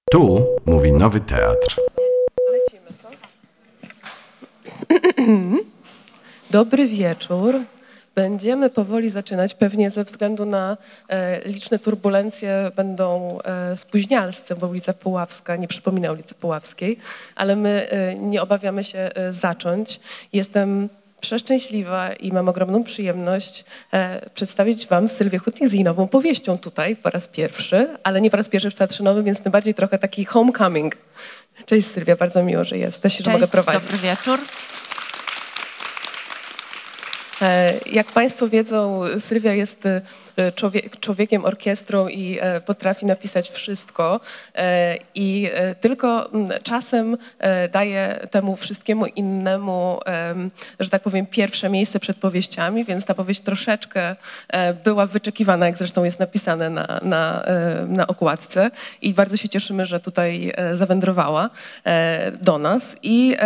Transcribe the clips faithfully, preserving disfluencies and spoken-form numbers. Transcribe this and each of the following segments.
Tu mówi Nowy Teatr. Lecimy, co? Dobry wieczór. Będziemy powoli zaczynać. Pewnie ze względu na e, liczne turbulencje będą e, spóźnialscy, bo ulica Puławska nie przypomina ulicy Puławskiej, ale my e, nie obawiamy się e, zacząć. Jestem przeszczęśliwa i mam ogromną przyjemność e, przedstawić wam Sylwię Hutnik z jej nową powieścią tutaj po raz pierwszy, ale nie po raz pierwszy w Teatrze Nowym, więc tym bardziej trochę taki homecoming. Cześć Sylwia, bardzo miło, że jesteś, że mogę prowadzić. Dobry wieczór. Jak Państwo wiedzą, Sylwia jest człowiek, człowiekiem orkiestrą i potrafi napisać wszystko i tylko czasem daje temu wszystkiemu innemu, że tak powiem, pierwsze miejsce przed powieściami, więc ta powieść troszeczkę była wyczekiwana, jak zresztą jest napisane na, na, na okładce i bardzo się cieszymy, że tutaj zawędrowała do nas i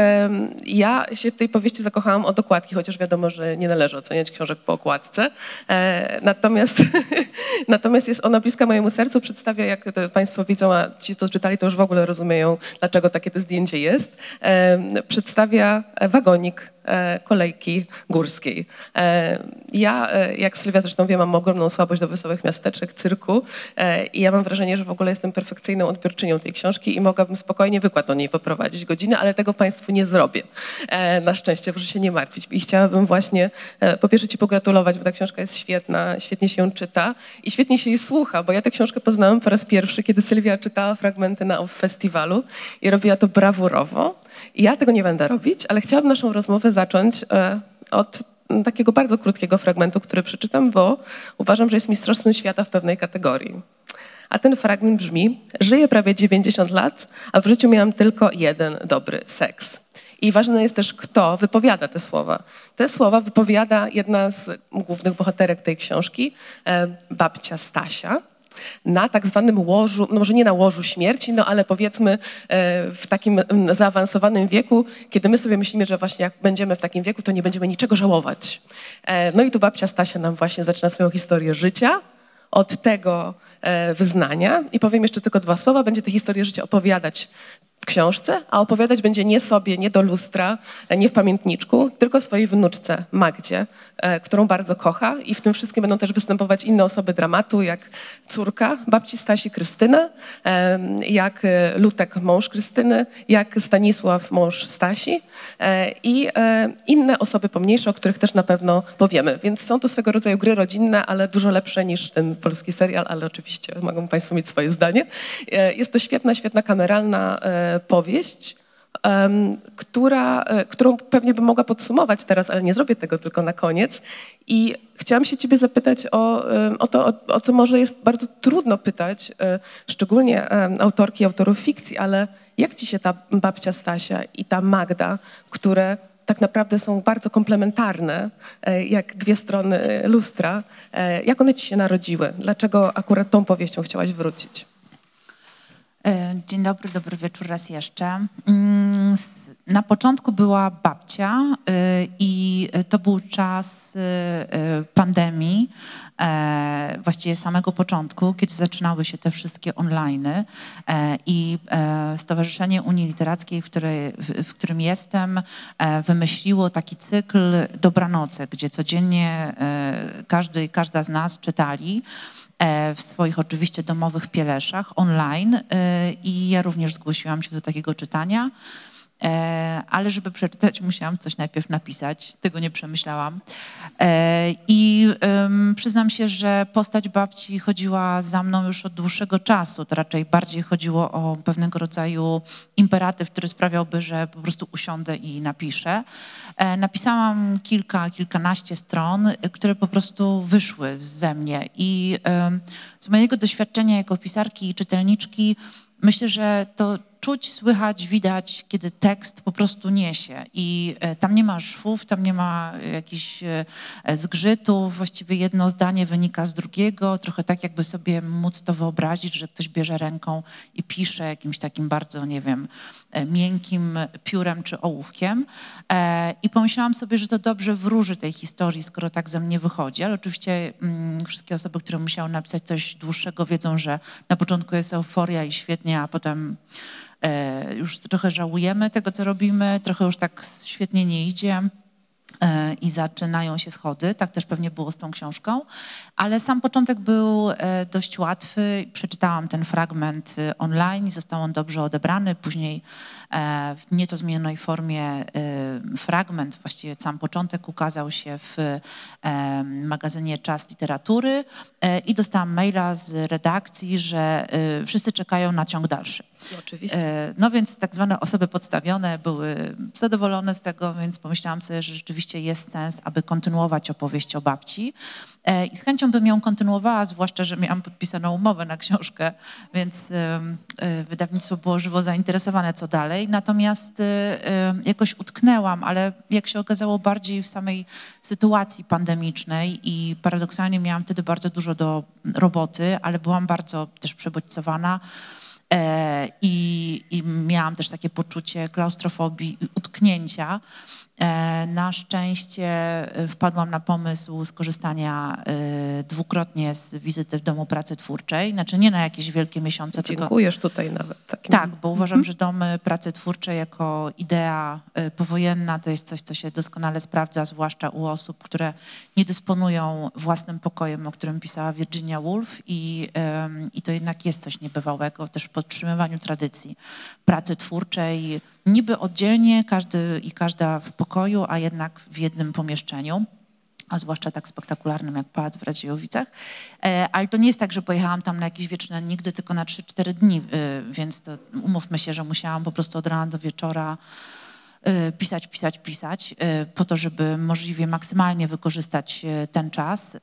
ja się w tej powieści zakochałam od okładki, chociaż wiadomo, że nie należy oceniać książek po okładce. E, natomiast, natomiast jest ona bliska mojemu sercu, przedstawia, jak Państwo widzą, a ci, co czytali, to już w ogóle rozumieją, dlaczego takie to zdjęcie jest, e, przedstawia wagonik e, kolejki górskiej. E, ja, e, jak Sylwia zresztą wie, mam ogromną słabość do wesołych miasteczek, cyrku e, i ja mam wrażenie, że w ogóle jestem perfekcyjną odbiorczynią tej książki i mogłabym spokojnie wykład o niej poprowadzić godzinę, ale tego Państwu nie zrobię. E, na szczęście, proszę się nie martwić. I chciałabym właśnie po pierwsze ci pogratulować, bo ta książka jest świetna, świetnie się ją czyta i świetnie się jej słucha, bo ja tę książkę poznałam po raz pierwszy, kiedy Sylwia czytała fragmenty na festiwalu i robiła to brawurowo. I ja tego nie będę robić, ale chciałabym naszą rozmowę zacząć e, od takiego bardzo krótkiego fragmentu, który przeczytam, bo uważam, że jest mistrzostwem świata w pewnej kategorii. A ten fragment brzmi: żyję prawie dziewięćdziesiąt lat, a w życiu miałam tylko jeden dobry seks. I ważne jest też, kto wypowiada te słowa. Te słowa wypowiada jedna z głównych bohaterek tej książki, e, babcia Stasia, na tak zwanym łożu, no może nie na łożu śmierci, no ale powiedzmy e, w takim m, zaawansowanym wieku, kiedy my sobie myślimy, że właśnie jak będziemy w takim wieku, to nie będziemy niczego żałować. E, no i tu babcia Stasia nam właśnie zaczyna swoją historię życia od tego e, wyznania i powiem jeszcze tylko dwa słowa, będzie tę historię życia opowiadać w książce, a opowiadać będzie nie sobie, nie do lustra, nie w pamiętniczku, tylko swojej wnuczce Magdzie, e, którą bardzo kocha i w tym wszystkim będą też występować inne osoby dramatu, jak córka babci Stasi Krystyna, e, jak Lutek, mąż Krystyny, jak Stanisław, mąż Stasi e, i e, inne osoby pomniejsze, o których też na pewno powiemy. Więc są to swego rodzaju gry rodzinne, ale dużo lepsze niż ten polski serial, ale oczywiście mogą Państwo mieć swoje zdanie. E, jest to świetna, świetna kameralna e, powieść, um, która, którą pewnie bym mogła podsumować teraz, ale nie zrobię tego tylko na koniec. I chciałam się ciebie zapytać o, o to, o, o co może jest bardzo trudno pytać, szczególnie autorki i autorów fikcji, ale jak ci się ta babcia Stasia i ta Magda, które tak naprawdę są bardzo komplementarne, jak dwie strony lustra, jak one ci się narodziły? Dlaczego akurat tą powieścią chciałaś wrócić? Dzień dobry, dobry wieczór raz jeszcze. Na początku była babcia i to był czas pandemii, właściwie samego początku, kiedy zaczynały się te wszystkie online'y i Stowarzyszenie Unii Literackiej, w, której, w którym jestem, wymyśliło taki cykl Dobranoce, gdzie codziennie każdy, każda z nas czytali w swoich oczywiście domowych pieleszach online i ja również zgłosiłam się do takiego czytania, ale żeby przeczytać, musiałam coś najpierw napisać, tego nie przemyślałam. I przyznam się, że postać babci chodziła za mną już od dłuższego czasu, to raczej bardziej chodziło o pewnego rodzaju imperatyw, który sprawiałby, że po prostu usiądę i napiszę. Napisałam kilka, kilkanaście stron, które po prostu wyszły ze mnie i z mojego doświadczenia jako pisarki i czytelniczki myślę, że to czuć, słychać, widać, kiedy tekst po prostu niesie i tam nie ma szwów, tam nie ma jakichś zgrzytów, właściwie jedno zdanie wynika z drugiego, trochę tak jakby sobie móc to wyobrazić, że ktoś bierze ręką i pisze jakimś takim bardzo, nie wiem, miękkim piórem czy ołówkiem i pomyślałam sobie, że to dobrze wróży tej historii, skoro tak ze mnie wychodzi, ale oczywiście mm, wszystkie osoby, które musiały napisać coś dłuższego, wiedzą, że na początku jest euforia i świetnie, a potem e, już trochę żałujemy tego, co robimy, trochę już tak świetnie nie idzie e, i zaczynają się schody. Tak też pewnie było z tą książką, ale sam początek był e, dość łatwy. Przeczytałam ten fragment online i został on dobrze odebrany. Później e, w nieco zmienionej formie e, fragment, właściwie sam początek ukazał się w e, magazynie Czas Literatury e, i dostałam maila z redakcji, że e, wszyscy czekają na ciąg dalszy. Oczywiście. E, no więc tak zwane osoby podstawione były zadowolone z tego, więc pomyślałam sobie, że rzeczywiście jest sens, aby kontynuować opowieść o babci. E, I z chęcią bym ją kontynuowała, zwłaszcza, że miałam podpisaną umowę na książkę, więc e, e, wydawnictwo było żywo zainteresowane, co dalej. Natomiast e, jakoś utknęłam, ale jak się okazało, bardziej w samej sytuacji pandemicznej i paradoksalnie miałam wtedy bardzo dużo do roboty, ale byłam bardzo też przebodźcowana. E, i, I miałam też takie poczucie klaustrofobii i utknięcia. E, na szczęście wpadłam na pomysł skorzystania e, dwukrotnie z wizyty w Domu Pracy Twórczej. Znaczy nie na jakieś wielkie miesiące. Dziękujesz tylko... tutaj nawet. Takim... Tak, bo uważam, mhm. że Domy Pracy Twórczej jako idea e, powojenna to jest coś, co się doskonale sprawdza, zwłaszcza u osób, które nie dysponują własnym pokojem, o którym pisała Virginia Woolf i, e, i to jednak jest coś niebywałego też w podtrzymywaniu tradycji pracy twórczej, niby oddzielnie, każdy i każda w pokoju, a jednak w jednym pomieszczeniu, a zwłaszcza tak spektakularnym jak Pałac w Radziejowicach. Ale to nie jest tak, że pojechałam tam na jakieś wieczne nigdy, tylko na trzy cztery dni, więc to umówmy się, że musiałam po prostu od rana do wieczora pisać, pisać, pisać, po to, żeby możliwie maksymalnie wykorzystać ten czas.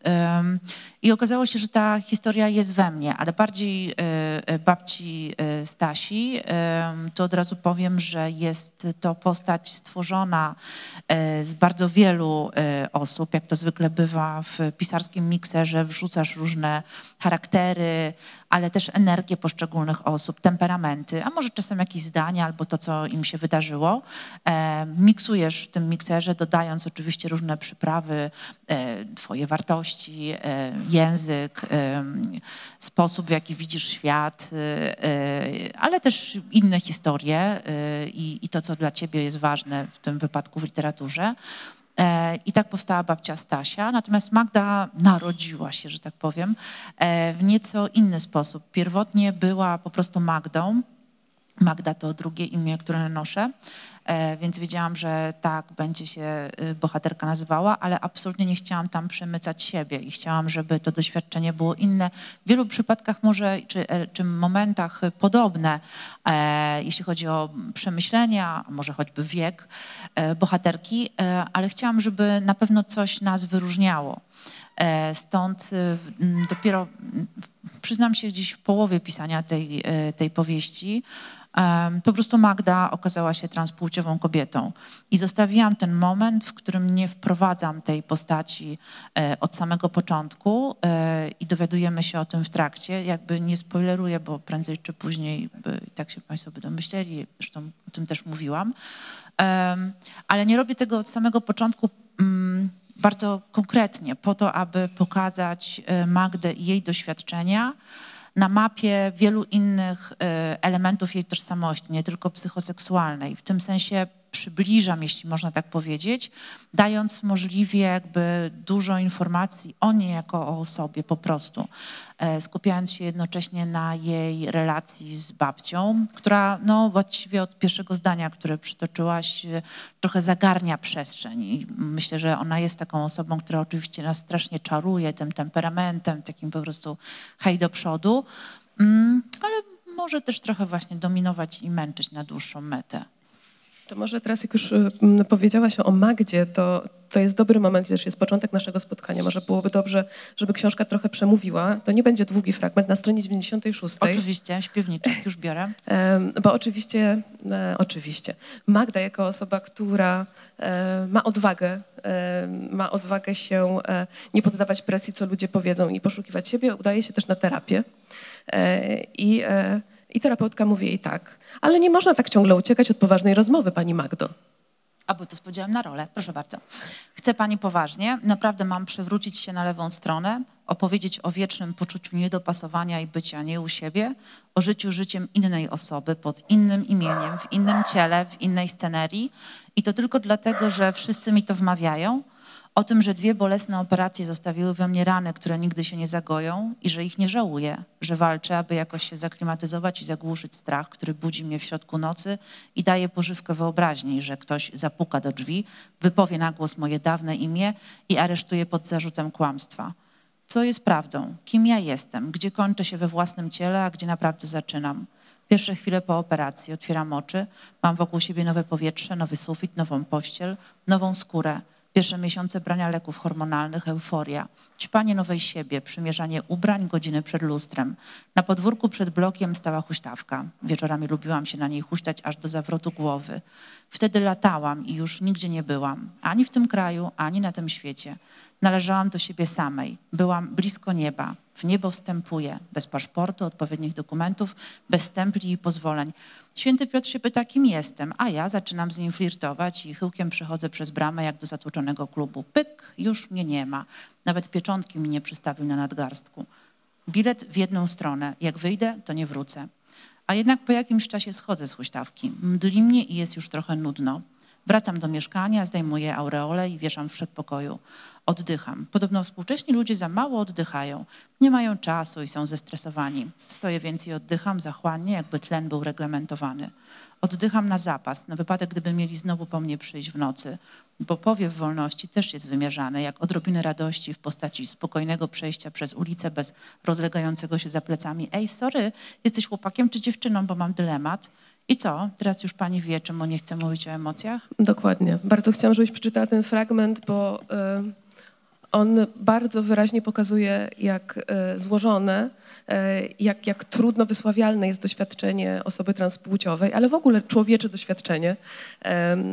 I okazało się, że ta historia jest we mnie, ale bardziej babci Stasi. To od razu powiem, że jest to postać stworzona z bardzo wielu osób, jak to zwykle bywa w pisarskim mikserze, wrzucasz różne charaktery, ale też energię poszczególnych osób, temperamenty, a może czasem jakieś zdania albo to, co im się wydarzyło. E, miksujesz w tym mikserze, dodając oczywiście różne przyprawy, e, twoje wartości, e, język, e, sposób, w jaki widzisz świat, e, ale też inne historie e, i, i to, co dla ciebie jest ważne w tym wypadku w literaturze. I tak powstała babcia Stasia. Natomiast Magda narodziła się, że tak powiem, w nieco inny sposób. Pierwotnie była po prostu Magdą. Magda to drugie imię, które noszę, więc wiedziałam, że tak będzie się bohaterka nazywała, ale absolutnie nie chciałam tam przemycać siebie i chciałam, żeby to doświadczenie było inne. W wielu przypadkach może, czy, czy momentach podobne, e, jeśli chodzi o przemyślenia, może choćby wiek e, bohaterki, e, ale chciałam, żeby na pewno coś nas wyróżniało. E, stąd e, dopiero, przyznam się, gdzieś w połowie pisania tej, e, tej powieści, po prostu Magda okazała się transpłciową kobietą i zostawiłam ten moment, w którym nie wprowadzam tej postaci od samego początku i dowiadujemy się o tym w trakcie. Jakby nie spoileruję, bo prędzej czy później by, tak się Państwo będą myśleli, zresztą o tym też mówiłam, ale nie robię tego od samego początku bardzo konkretnie po to, aby pokazać Magdę i jej doświadczenia na mapie wielu innych elementów jej tożsamości, nie tylko psychoseksualnej. W tym sensie przybliżam, jeśli można tak powiedzieć, dając możliwie jakby dużo informacji o niej jako o osobie po prostu, skupiając się jednocześnie na jej relacji z babcią, która no właściwie od pierwszego zdania, które przytoczyłaś, trochę zagarnia przestrzeń i myślę, że ona jest taką osobą, która oczywiście nas strasznie czaruje tym temperamentem, takim po prostu hej do przodu, ale może też trochę właśnie dominować i męczyć na dłuższą metę. To może teraz, jak już powiedziałaś o Magdzie, to to jest dobry moment i też jest początek naszego spotkania. Może byłoby dobrze, żeby książka trochę przemówiła. To nie będzie długi fragment, na stronie dziewięćdziesiątej szóstej. Oczywiście, śpiewniczek, już biorę. Bo oczywiście, e, oczywiście, Magda jako osoba, która e, ma odwagę, e, ma odwagę się e, nie poddawać presji, co ludzie powiedzą i poszukiwać siebie, udaje się też na terapię. E, i, e, I terapeutka mówi jej tak, ale nie można tak ciągle uciekać od poważnej rozmowy, pani Magdo. A bo to spodziewałam na rolę, proszę bardzo. Chcę pani poważnie, naprawdę mam przewrócić się na lewą stronę, opowiedzieć o wiecznym poczuciu niedopasowania i bycia nie u siebie, o życiu życiem innej osoby, pod innym imieniem, w innym ciele, w innej scenerii i to tylko dlatego, że wszyscy mi to wmawiają, o tym, że dwie bolesne operacje zostawiły we mnie rany, które nigdy się nie zagoją i że ich nie żałuję, że walczę, aby jakoś się zaklimatyzować i zagłuszyć strach, który budzi mnie w środku nocy i daje pożywkę wyobraźni, że ktoś zapuka do drzwi, wypowie na głos moje dawne imię i aresztuje pod zarzutem kłamstwa. Co jest prawdą? Kim ja jestem? Gdzie kończę się we własnym ciele, a gdzie naprawdę zaczynam? Pierwsze chwile po operacji otwieram oczy, mam wokół siebie nowe powietrze, nowy sufit, nową pościel, nową skórę. Pierwsze miesiące brania leków hormonalnych, euforia, ćpanie nowej siebie, przymierzanie ubrań, godziny przed lustrem. Na podwórku przed blokiem stała huśtawka. Wieczorami lubiłam się na niej huśtać aż do zawrotu głowy. Wtedy latałam i już nigdzie nie byłam. Ani w tym kraju, ani na tym świecie. Należałam do siebie samej. Byłam blisko nieba. W niebo wstępuję. Bez paszportu, odpowiednich dokumentów, bez stempli i pozwoleń. Święty Piotr się pyta, kim jestem, a ja zaczynam z nim flirtować i chyłkiem przechodzę przez bramę jak do zatłoczonego klubu. Pyk, już mnie nie ma. Nawet pieczątki mi nie przystawił na nadgarstku. Bilet w jedną stronę. Jak wyjdę, to nie wrócę. A jednak po jakimś czasie schodzę z huśtawki. Mdli mnie i jest już trochę nudno. Wracam do mieszkania, zdejmuję aureolę i wieszam w przedpokoju. Oddycham. Podobno współcześni ludzie za mało oddychają. Nie mają czasu i są zestresowani. Stoję więc i oddycham zachłannie, jakby tlen był reglamentowany. Oddycham na zapas, na wypadek, gdyby mieli znowu po mnie przyjść w nocy. Bo powiew wolności też jest wymierzany, jak odrobinę radości w postaci spokojnego przejścia przez ulicę bez rozlegającego się za plecami. Ej, sorry, jesteś chłopakiem czy dziewczyną, bo mam dylemat. I co? Teraz już pani wie, czemu nie chcę mówić o emocjach? Dokładnie. Bardzo chciałam, żebyś przeczytała ten fragment, bo y, on bardzo wyraźnie pokazuje, jak y, złożone, y, jak, jak trudno wysławialne jest doświadczenie osoby transpłciowej, ale w ogóle człowiecze doświadczenie. Y,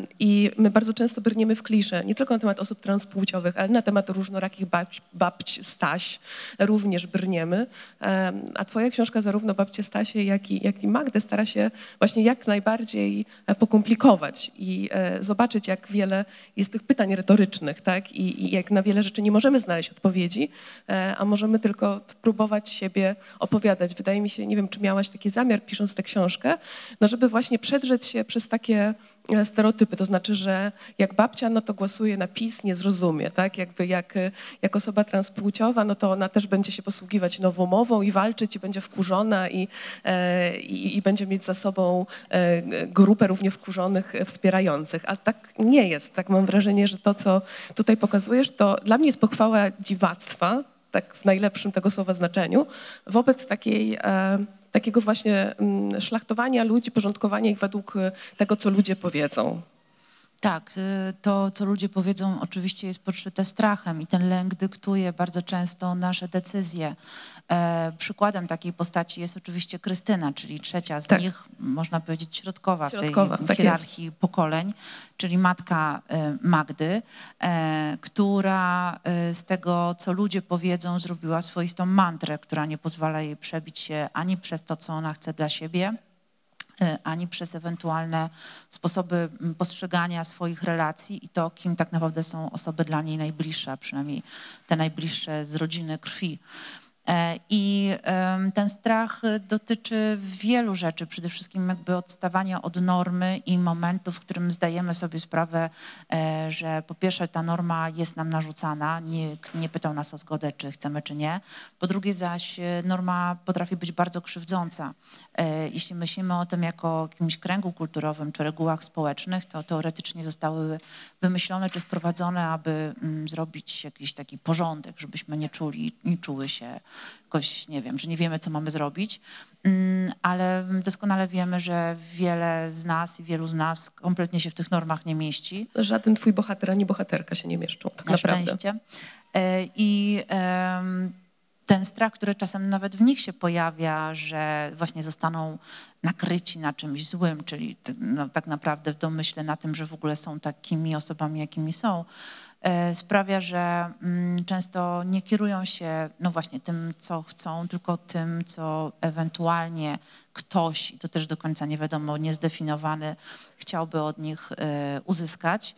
I my bardzo często brniemy w klisze, nie tylko na temat osób transpłciowych, ale na temat różnorakich babć, babć Staś również brniemy. Y, a twoja książka zarówno babcie Stasie, jak i, jak i Magdę stara się właśnie jak najbardziej pokomplikować i y, zobaczyć, jak wiele jest tych pytań retorycznych, tak? I, i jak na wiele rzeczy nie możemy znaleźć odpowiedzi, a możemy tylko próbować siebie opowiadać. Wydaje mi się, nie wiem, czy miałaś taki zamiar, pisząc tę książkę, no żeby właśnie przedrzeć się przez takie stereotypy, to znaczy, że jak babcia, no to głosuje na PiS, nie zrozumie, tak? Jakby jak, jak osoba transpłciowa, no to ona też będzie się posługiwać nowomową i walczyć i będzie wkurzona i, e, i, i będzie mieć za sobą e, grupę równie wkurzonych, wspierających. A tak nie jest. Tak mam wrażenie, że to, co tutaj pokazujesz, to dla mnie jest pochwała dziwactwa, tak w najlepszym tego słowa znaczeniu, wobec takiej... E, takiego właśnie mm, szlachtowania ludzi, porządkowania ich według tego, co ludzie powiedzą. Tak, to, co ludzie powiedzą, oczywiście jest podszyte strachem i ten lęk dyktuje bardzo często nasze decyzje. E, przykładem takiej postaci jest oczywiście Krystyna, czyli trzecia z tak. nich, można powiedzieć środkowa, środkowa w tej tak hierarchii jest. pokoleń, czyli matka e, Magdy, e, która e, z tego, co ludzie powiedzą, zrobiła swoistą mantrę, która nie pozwala jej przebić się ani przez to, co ona chce dla siebie, ani przez ewentualne sposoby postrzegania swoich relacji i to, kim tak naprawdę są osoby dla niej najbliższe, a przynajmniej te najbliższe z rodziny krwi. I ten strach dotyczy wielu rzeczy, przede wszystkim jakby odstawania od normy i momentu, w którym zdajemy sobie sprawę, że po pierwsze ta norma jest nam narzucana, nikt nie pytał nas o zgodę, czy chcemy, czy nie. Po drugie zaś norma potrafi być bardzo krzywdząca. Jeśli myślimy o tym jako o jakimś kręgu kulturowym czy regułach społecznych, to teoretycznie zostały wymyślone czy wprowadzone, aby zrobić jakiś taki porządek, żebyśmy nie czuli, nie czuły się jakoś, nie wiem, że nie wiemy, co mamy zrobić, ale doskonale wiemy, że wiele z nas i wielu z nas kompletnie się w tych normach nie mieści. Żaden twój bohater ani bohaterka się nie mieszczą, tak Na naprawdę. szczęście. I ten strach, który czasem nawet w nich się pojawia, że właśnie zostaną nakryci na czymś złym, czyli no, tak naprawdę w domyśle na tym, że w ogóle są takimi osobami, jakimi są, sprawia, że często nie kierują się no właśnie tym, co chcą, tylko tym, co ewentualnie ktoś, i to też do końca nie wiadomo, niezdefiniowany, chciałby od nich uzyskać.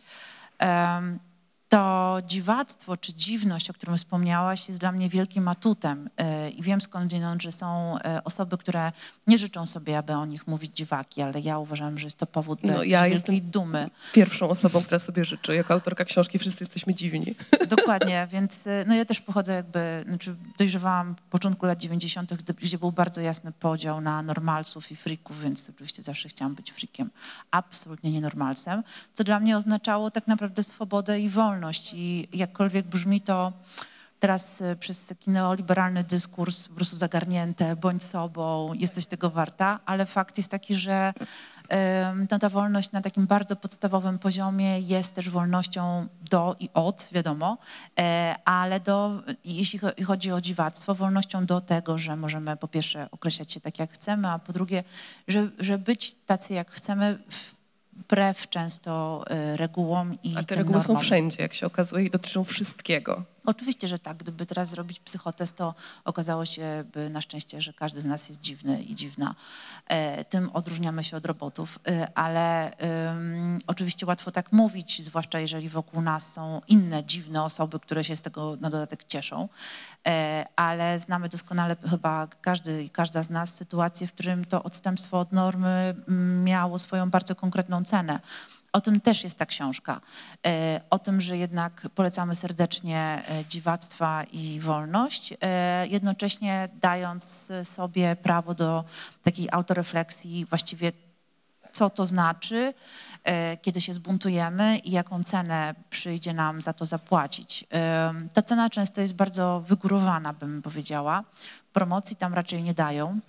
To dziwactwo czy dziwność, o którym wspomniałaś, jest dla mnie wielkim atutem i wiem skądinąd, że są osoby, które nie życzą sobie, aby o nich mówić dziwaki, ale ja uważam, że jest to powód do No, ja wielkiej jestem dumy. Pierwszą osobą, która sobie życzy. Jako autorka książki wszyscy jesteśmy dziwni. Dokładnie, więc no ja też pochodzę jakby, znaczy dojrzewałam w początku lat dziewięćdziesiątych, gdzie był bardzo jasny podział na normalsów i frików, więc oczywiście zawsze chciałam być frikiem, absolutnie nie normalsem, co dla mnie oznaczało tak naprawdę swobodę i wolność. I jakkolwiek brzmi to teraz przez taki neoliberalny dyskurs po prostu zagarnięte, bądź sobą, jesteś tego warta, ale fakt jest taki, że no, ta wolność na takim bardzo podstawowym poziomie jest też wolnością do i od, wiadomo, ale do, jeśli chodzi o dziwactwo, wolnością do tego, że możemy po pierwsze określać się tak, jak chcemy, a po drugie, że, że być tacy, jak chcemy, wbrew często regułom i A te tym reguły normom. są wszędzie, jak się okazuje, i dotyczą wszystkiego. Oczywiście, że tak. Gdyby teraz zrobić psychotest, to okazało się by na szczęście, że każdy z nas jest dziwny i dziwna. E, tym odróżniamy się od robotów, e, ale um, oczywiście łatwo tak mówić, zwłaszcza jeżeli wokół nas są inne dziwne osoby, które się z tego na dodatek cieszą, e, ale znamy doskonale chyba każdy i każda z nas sytuację, w którym to odstępstwo od normy miało swoją bardzo konkretną cenę. O tym też jest ta książka. O tym, że jednak polecamy serdecznie dziwactwa i wolność, jednocześnie dając sobie prawo do takiej autorefleksji, właściwie co to znaczy, kiedy się zbuntujemy i jaką cenę przyjdzie nam za to zapłacić. Ta cena często jest bardzo wygórowana, bym powiedziała. Promocji tam raczej nie dają.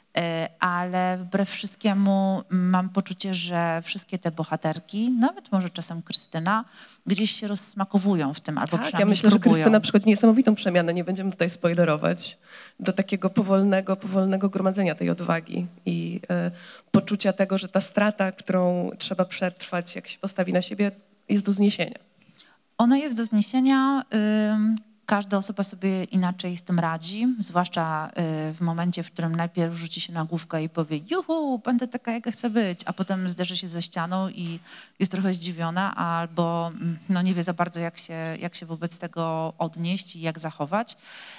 Ale wbrew wszystkiemu mam poczucie, że wszystkie te bohaterki, nawet może czasem Krystyna, gdzieś się rozsmakowują w tym, albo Tak, przynajmniej ja myślę, próbują. że Krystyna przychodzi niesamowitą przemianę, nie będziemy tutaj spoilerować, do takiego powolnego, powolnego gromadzenia tej odwagi i e, poczucia tego, że ta strata, którą trzeba przetrwać, jak się postawi na siebie, jest do zniesienia. Ona jest do zniesienia. Ym... Każda osoba sobie inaczej z tym radzi, zwłaszcza w momencie, w którym najpierw rzuci się na główkę i powie juhu, będę taka, jaka chcę być, a potem zderzy się ze ścianą i jest trochę zdziwiona albo no, nie wie za bardzo, jak się, jak się wobec tego odnieść i jak zachować.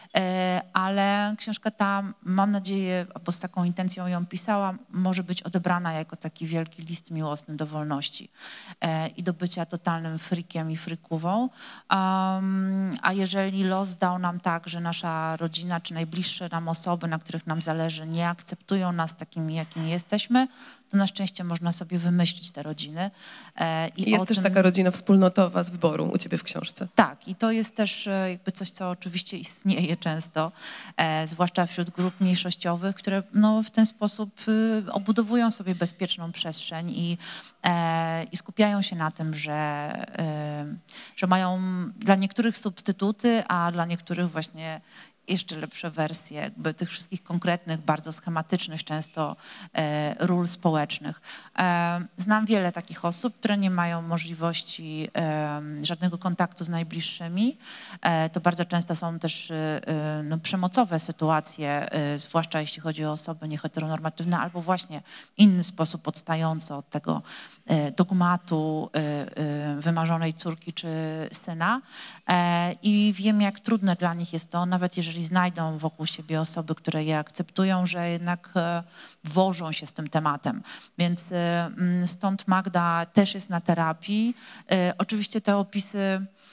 Ale książka ta, mam nadzieję, bo z taką intencją ją pisałam, może być odebrana jako taki wielki list miłosny do wolności i do bycia totalnym frikiem i frykową. A jeżeli los dał nam tak, że nasza rodzina czy najbliższe nam osoby, na których nam zależy, nie akceptują nas takimi, jakimi jesteśmy, to na szczęście można sobie wymyślić te rodziny. I jest o też tym... taka rodzina wspólnotowa z wyboru u ciebie w książce. Tak, i to jest też jakby coś, co oczywiście istnieje często, e, zwłaszcza wśród grup mniejszościowych, które no, w ten sposób y, obudowują sobie bezpieczną przestrzeń i, e, i skupiają się na tym, że, y, że mają dla niektórych substytuty, a dla niektórych właśnie jeszcze lepsze wersje jakby tych wszystkich konkretnych, bardzo schematycznych często e, ról społecznych. E, znam wiele takich osób, które nie mają możliwości e, żadnego kontaktu z najbliższymi. E, to bardzo często są też e, no, przemocowe sytuacje, e, zwłaszcza jeśli chodzi o osoby nieheteronormatywne albo właśnie w inny sposób odstające od tego e, dogmatu e, e, wymarzonej córki czy syna. E, I wiem, jak trudne dla nich jest to, nawet jeżeli znajdą wokół siebie osoby, które je akceptują, że jednak wożą się z tym tematem. Więc stąd Magda też jest na terapii. Oczywiście te opisy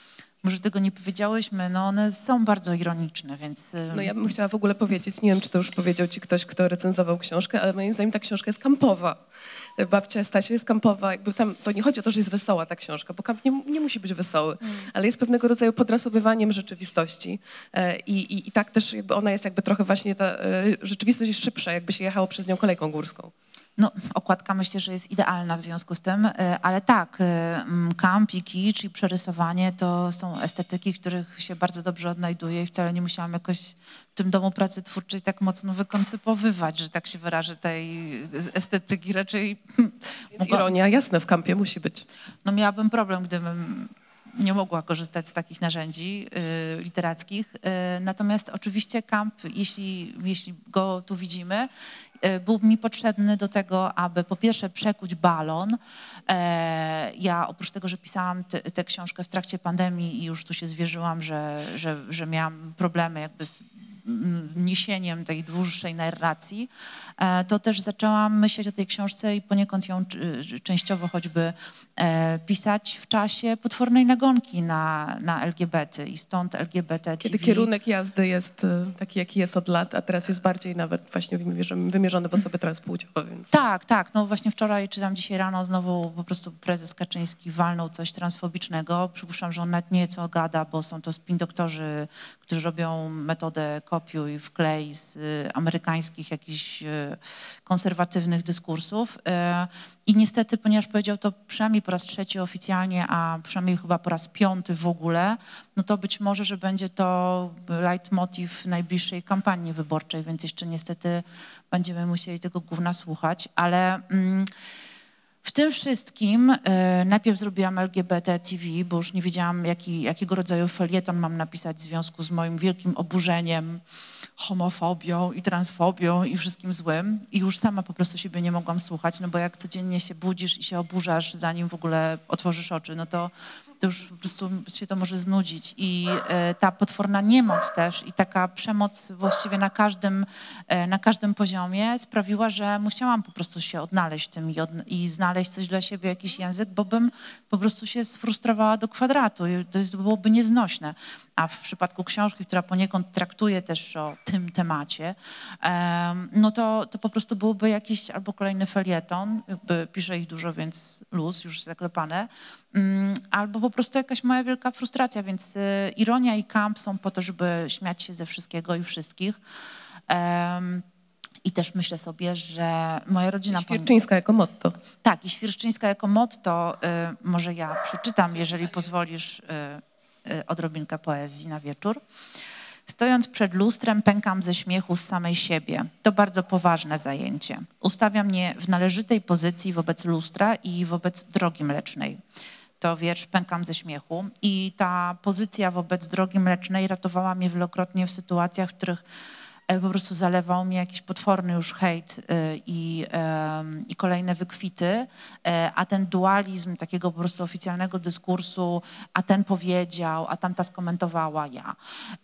może tego nie powiedziałyśmy, no one są bardzo ironiczne, więc... No ja bym chciała w ogóle powiedzieć, nie wiem, czy to już powiedział ci ktoś, kto recenzował książkę, ale moim zdaniem ta książka jest kampowa. Babcia Stasia jest kampowa, jakby tam, to nie chodzi o to, że jest wesoła ta książka, bo kamp nie, nie musi być wesoły, mm. ale jest pewnego rodzaju podrasowywaniem rzeczywistości e, i, i, i tak też jakby ona jest jakby trochę właśnie, ta e, rzeczywistość jest szybsza, jakby się jechało przez nią kolejką górską. No, okładka myślę, że jest idealna w związku z tym, ale tak, kamp i kicz i przerysowanie to są estetyki, których się bardzo dobrze odnajduję i wcale nie musiałam jakoś w tym domu pracy twórczej tak mocno wykoncypowywać, że tak się wyrażę, tej estetyki raczej... Więc mogła... ironia, jasne, w kampie musi być. No miałabym problem, gdybym nie mogła korzystać z takich narzędzi y, literackich. Y, natomiast oczywiście kamp, jeśli, jeśli go tu widzimy, y, był mi potrzebny do tego, aby po pierwsze przekuć balon. E, ja oprócz tego, że pisałam tę książkę w trakcie pandemii i już tu się zwierzyłam, że, że, że miałam problemy jakby z niesieniem tej dłuższej narracji, to też zaczęłam myśleć o tej książce i poniekąd ją częściowo choćby pisać w czasie potwornej nagonki na, na L G B T i stąd L G B T T V. Kiedy kierunek jazdy jest taki, jaki jest od lat, a teraz jest bardziej nawet właśnie wymierzony w osoby transpłciowe. Więc... Tak, tak. No właśnie wczoraj, czy tam dzisiaj rano znowu po prostu prezes Kaczyński walnął coś transfobicznego. Przypuszczam, że on nawet nie wie, co gada, bo są to spin doktorzy, którzy robią metodę kopiuj wklej z amerykańskich jakichś konserwatywnych dyskursów. I niestety, ponieważ powiedział to przynajmniej po raz trzeci oficjalnie, a przynajmniej chyba po raz piąty w ogóle, no to być może, że będzie to leitmotiv najbliższej kampanii wyborczej, więc jeszcze niestety będziemy musieli tego gówna słuchać, ale... Mm, w tym wszystkim y, najpierw zrobiłam L G B T T V, bo już nie wiedziałam, jaki, jakiego rodzaju felieton mam napisać w związku z moim wielkim oburzeniem, homofobią i transfobią i wszystkim złym. I już sama po prostu siebie nie mogłam słuchać, no bo jak codziennie się budzisz i się oburzasz, zanim w ogóle otworzysz oczy, no to, to już po prostu się to może znudzić. I y, ta potworna niemoc też i taka przemoc właściwie na każdym, y, na każdym poziomie sprawiła, że musiałam po prostu się odnaleźć w tym i, od, i znaleźć coś dla siebie, jakiś język, bo bym po prostu się sfrustrowała do kwadratu i to jest, byłoby nieznośne. A w przypadku książki, która poniekąd traktuje też o tym temacie, um, no to, to po prostu byłby jakiś albo kolejny felieton, jakby piszę ich dużo, więc luz, już zaklepane, um, albo po prostu jakaś moja wielka frustracja, więc y, ironia i kamp są po to, żeby śmiać się ze wszystkiego i wszystkich. Um, I też myślę sobie, że moja rodzina... I Świerczyńska jako motto. Tak, i Świerczyńska jako motto. Y, może ja przeczytam, jeżeli pozwolisz, y, y, odrobinkę poezji na wieczór. Stojąc przed lustrem, pękam ze śmiechu z samej siebie. To bardzo poważne zajęcie. Ustawia mnie w należytej pozycji wobec lustra i wobec drogi mlecznej. To wiersz Pękam ze śmiechu. I ta pozycja wobec drogi mlecznej ratowała mnie wielokrotnie w sytuacjach, w których po prostu zalewał mnie jakiś potworny już hejt i, i kolejne wykwity, a ten dualizm takiego po prostu oficjalnego dyskursu, a ten powiedział, a tamta skomentowała ja,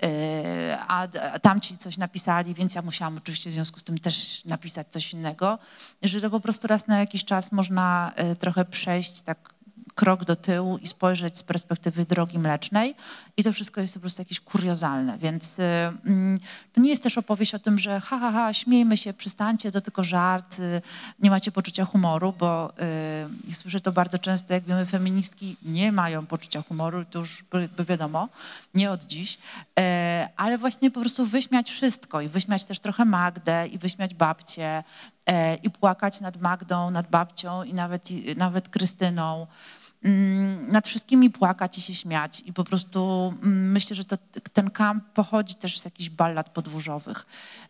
a tamci coś napisali, więc ja musiałam oczywiście w związku z tym też napisać coś innego, że to po prostu raz na jakiś czas można trochę przejść tak krok do tyłu i spojrzeć z perspektywy drogi mlecznej i to wszystko jest po prostu jakieś kuriozalne, więc y, y, to nie jest też opowieść o tym, że ha, ha, ha, śmiejmy się, przystańcie, to tylko żart, y, nie macie poczucia humoru, bo y, słyszę to bardzo często, jak wiemy, feministki nie mają poczucia humoru, to już by wiadomo, nie od dziś, y, ale właśnie po prostu wyśmiać wszystko i wyśmiać też trochę Magdę i wyśmiać babcię y, i płakać nad Magdą, nad babcią i nawet, i, nawet Krystyną. Nad wszystkimi płakać i się śmiać i po prostu myślę, że to, ten kamp pochodzi też z jakichś ballad podwórzowych.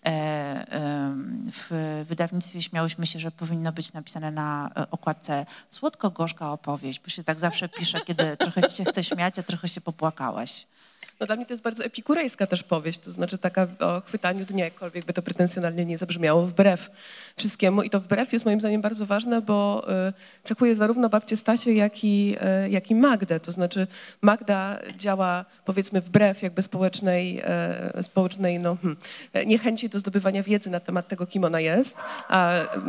W wydawnictwie śmiałyśmy się, że powinno być napisane na okładce słodko-gorzka opowieść, bo się tak zawsze pisze, kiedy trochę ci się chce śmiać, a trochę się popłakałaś. No dla mnie to jest bardzo epikurejska też powieść, to znaczy taka o chwytaniu dnia, jakkolwiek by to pretensjonalnie nie zabrzmiało, wbrew wszystkiemu. I to wbrew jest moim zdaniem bardzo ważne, bo cechuje zarówno babcię Stasię, jak i, jak i Magdę. To znaczy Magda działa powiedzmy wbrew jakby społecznej, społecznej no, hmm, niechęci do zdobywania wiedzy na temat tego, kim ona jest, a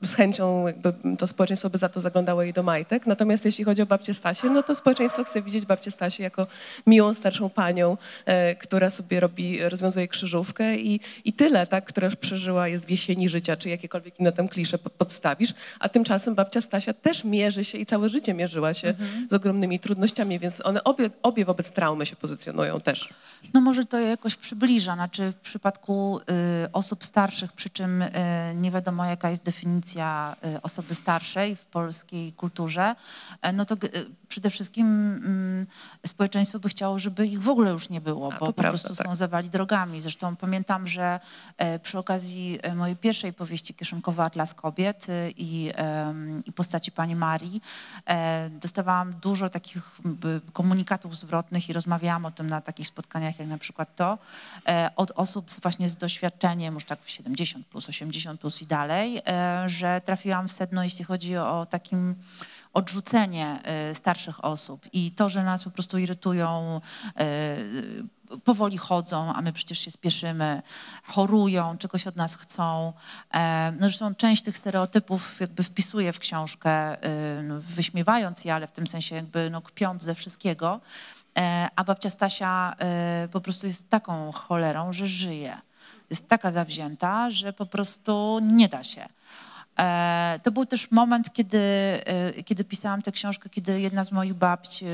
z chęcią jakby to społeczeństwo by za to zaglądało jej do majtek. Natomiast jeśli chodzi o babcię Stasię, no to społeczeństwo chce widzieć babcię Stasię jako miłą, starszą panią, e, która sobie robi, rozwiązuje krzyżówkę i, i tyle, tak, która już przeżyła, jest w jesieni życia, czy jakiekolwiek inne tam klisze pod, podstawisz, a tymczasem babcia Stasia też mierzy się i całe życie mierzyła się mhm. z ogromnymi trudnościami, więc one obie, obie wobec traumy się pozycjonują też. No może to jakoś przybliża, znaczy w przypadku y, osób starszych, przy czym y, nie wiadomo jaka jest definicja y, osoby starszej w polskiej kulturze, y, no to y, przede wszystkim y, społeczeństwo by chciało, żeby ich w ogóle już nie było, A, bo po prawda, prostu tak. są zawali drogami. Zresztą pamiętam, że y, przy okazji y, mojej pierwszej powieści Kieszonkowy Atlas Kobiet y, i, y, i postaci pani Marii y, dostawałam dużo takich y, komunikatów zwrotnych i rozmawiałam o tym na takich spotkaniach, jak na przykład to, e, od osób właśnie z doświadczeniem, już tak w siedemdziesiąt plus, osiemdziesiąt plus i dalej, e, że trafiłam w sedno, jeśli chodzi o takim odrzucenie e, starszych osób i to, że nas po prostu irytują, e, powoli chodzą, a my przecież się spieszymy, chorują, czegoś od nas chcą. E, no zresztą część tych stereotypów jakby wpisuję w książkę, e, no, wyśmiewając je, ale w tym sensie jakby no, kpiąc ze wszystkiego. A babcia Stasia po prostu jest taką cholerą, że żyje. Jest taka zawzięta, że po prostu nie da się. To był też moment, kiedy, kiedy pisałam tę książkę, kiedy jedna z moich babci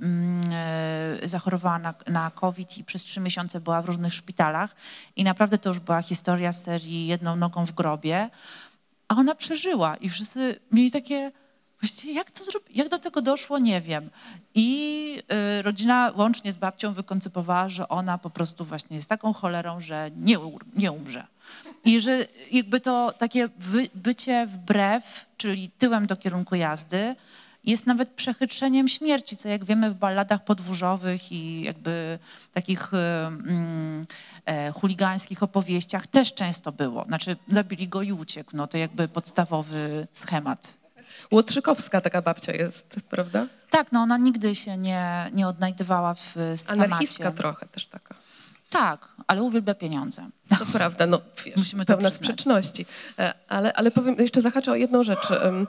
zachorowała na, na COVID i przez trzy miesiące była w różnych szpitalach. I naprawdę to już była historia z serii jedną nogą w grobie. A ona przeżyła i wszyscy mieli takie... Właściwie jak to zrobi, jak do tego doszło, nie wiem. I y, rodzina łącznie z babcią wykoncypowała, że ona po prostu właśnie jest taką cholerą, że nie, nie umrze. I że jakby to takie by, bycie wbrew, czyli tyłem do kierunku jazdy, jest nawet przechytrzeniem śmierci, co jak wiemy w balladach podwórzowych i jakby takich y, y, chuligańskich opowieściach też często było. Znaczy zabili go i uciekł, no to jakby podstawowy schemat. Łotrzykowska taka babcia jest, prawda? Tak, no ona nigdy się nie, nie odnajdywała w schemacie. Anarchistka trochę też taka. Tak, ale uwielbia pieniądze. To prawda, no wiesz, Musimy to pełna przyznać. sprzeczności. Ale, ale powiem, jeszcze zahaczę o jedną rzecz,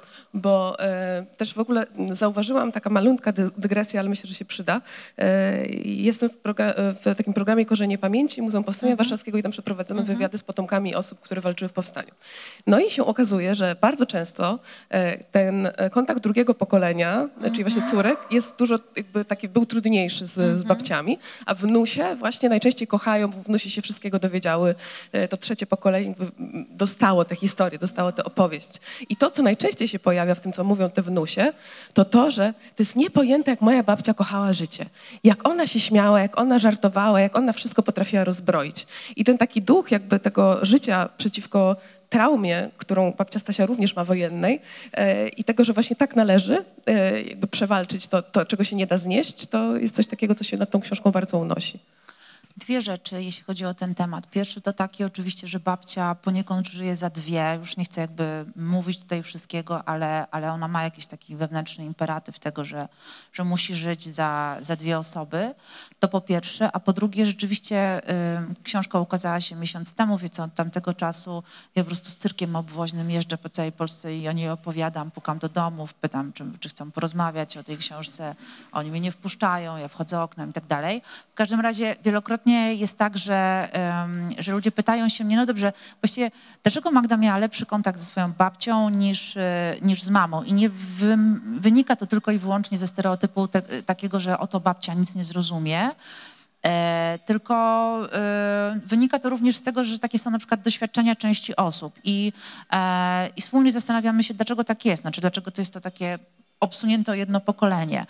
bo też w ogóle zauważyłam taka maluntka dygresja, ale myślę, że się przyda. Jestem w, w takim programie Korzenie Pamięci Muzeum Powstania mhm. Warszawskiego i tam przeprowadzamy mhm. wywiady z potomkami osób, które walczyły w powstaniu. No i się okazuje, że bardzo często ten kontakt drugiego pokolenia, mhm. czyli właśnie córek, jest dużo jakby taki, był trudniejszy z, mhm. z babciami, a wnusie właśnie najczęściej kochają, bo wnusi się wszystkiego dowiedziały. To trzecie pokolenie dostało tę historię, dostało tę opowieść. I to, co najczęściej się pojawia w tym, co mówią te wnusie, to to, że to jest niepojęte, jak moja babcia kochała życie. Jak ona się śmiała, jak ona żartowała, jak ona wszystko potrafiła rozbroić. I ten taki duch jakby tego życia przeciwko traumie, którą babcia Stasia również ma wojennej e, i tego, że właśnie tak należy e, jakby przewalczyć to, to, czego się nie da znieść, to jest coś takiego, co się nad tą książką bardzo unosi. Dwie rzeczy, jeśli chodzi o ten temat. Pierwszy to taki oczywiście, że babcia poniekąd żyje za dwie. Już nie chcę jakby mówić tutaj wszystkiego, ale, ale ona ma jakiś taki wewnętrzny imperatyw tego, że, że musi żyć za, za dwie osoby. To po pierwsze. A po drugie, rzeczywiście y, książka ukazała się miesiąc temu, więc od tamtego czasu ja po prostu z cyrkiem obwoźnym jeżdżę po całej Polsce i o niej opowiadam, pukam do domów, pytam, czy, czy chcą porozmawiać o tej książce. Oni mnie nie wpuszczają, ja wchodzę oknem i tak dalej. W każdym razie wielokrotnie jest tak, że, um, że ludzie pytają się mnie, no dobrze, właściwie dlaczego Magda miała lepszy kontakt ze swoją babcią niż, niż z mamą? I nie wy, wynika to tylko i wyłącznie ze stereotypu te, takiego, że oto babcia nic nie zrozumie, e, tylko e, wynika to również z tego, że takie są na przykład doświadczenia części osób i, e, i wspólnie zastanawiamy się, dlaczego tak jest, znaczy dlaczego to jest to takie obsunięte o jedno pokolenie.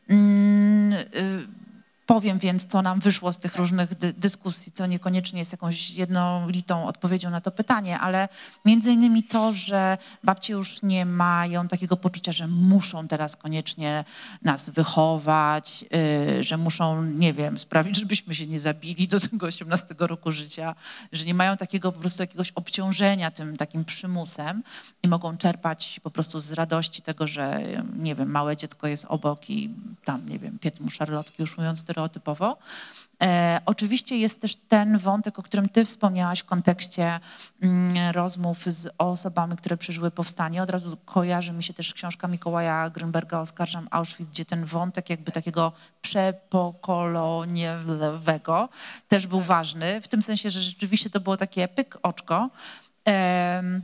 Mm, y, Powiem więc, co nam wyszło z tych różnych dy dyskusji, co niekoniecznie jest jakąś jednolitą odpowiedzią na to pytanie, ale między innymi to, że babcie już nie mają takiego poczucia, że muszą teraz koniecznie nas wychować, yy, że muszą, nie wiem, sprawić, żebyśmy się nie zabili do tego osiemnastego roku życia, że nie mają takiego po prostu jakiegoś obciążenia tym takim przymusem i mogą czerpać po prostu z radości tego, że, nie wiem, małe dziecko jest obok i tam, nie wiem, piec mu szarlotki, już mówiąc stereotypowo. E, oczywiście jest też ten wątek, o którym ty wspomniałaś w kontekście mm, rozmów z osobami, które przeżyły powstanie. Od razu kojarzy mi się też książka Mikołaja Grünberga Oskarżam Auschwitz, gdzie ten wątek jakby takiego przepokoloniowego też był ważny, w tym sensie, że rzeczywiście to było takie pyk oczko. Em,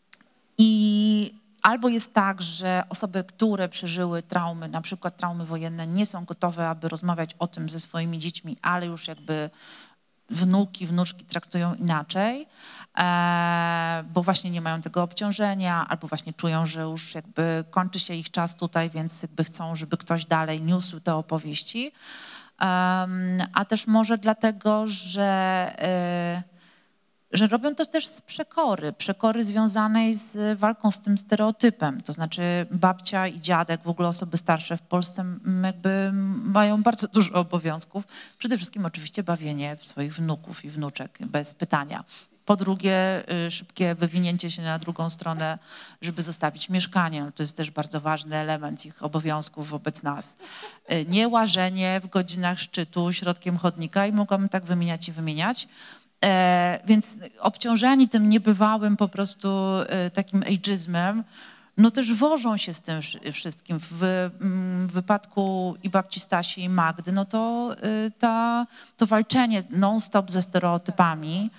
I albo jest tak, że osoby, które przeżyły traumy, na przykład traumy wojenne, nie są gotowe, aby rozmawiać o tym ze swoimi dziećmi, ale już jakby wnuki, wnuczki traktują inaczej, e, bo właśnie nie mają tego obciążenia, albo właśnie czują, że już jakby kończy się ich czas tutaj, więc jakby chcą, żeby ktoś dalej niósł te opowieści. Um, a też może dlatego, że... E, że robią to też z przekory, przekory związanej z walką z tym stereotypem. To znaczy babcia i dziadek, w ogóle osoby starsze w Polsce jakby mają bardzo dużo obowiązków. Przede wszystkim oczywiście bawienie swoich wnuków i wnuczek, bez pytania. Po drugie, szybkie wywinięcie się na drugą stronę, żeby zostawić mieszkanie. No to jest też bardzo ważny element ich obowiązków wobec nas. Nie łażenie w godzinach szczytu środkiem chodnika i mogłabym tak wymieniać i wymieniać. E, więc obciążeni tym niebywałym po prostu e, takim ageizmem, no też wożą się z tym wszystkim. W, w wypadku i babci Stasi i Magdy, no to, e, ta, to walczenie non-stop ze stereotypami,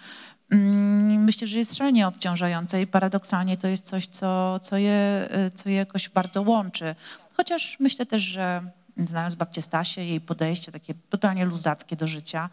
mm, myślę, że jest szalenie obciążające i paradoksalnie to jest coś, co, co, je, co je jakoś bardzo łączy. Chociaż myślę też, że znając babcię Stasię, jej podejście takie totalnie luzackie do życia,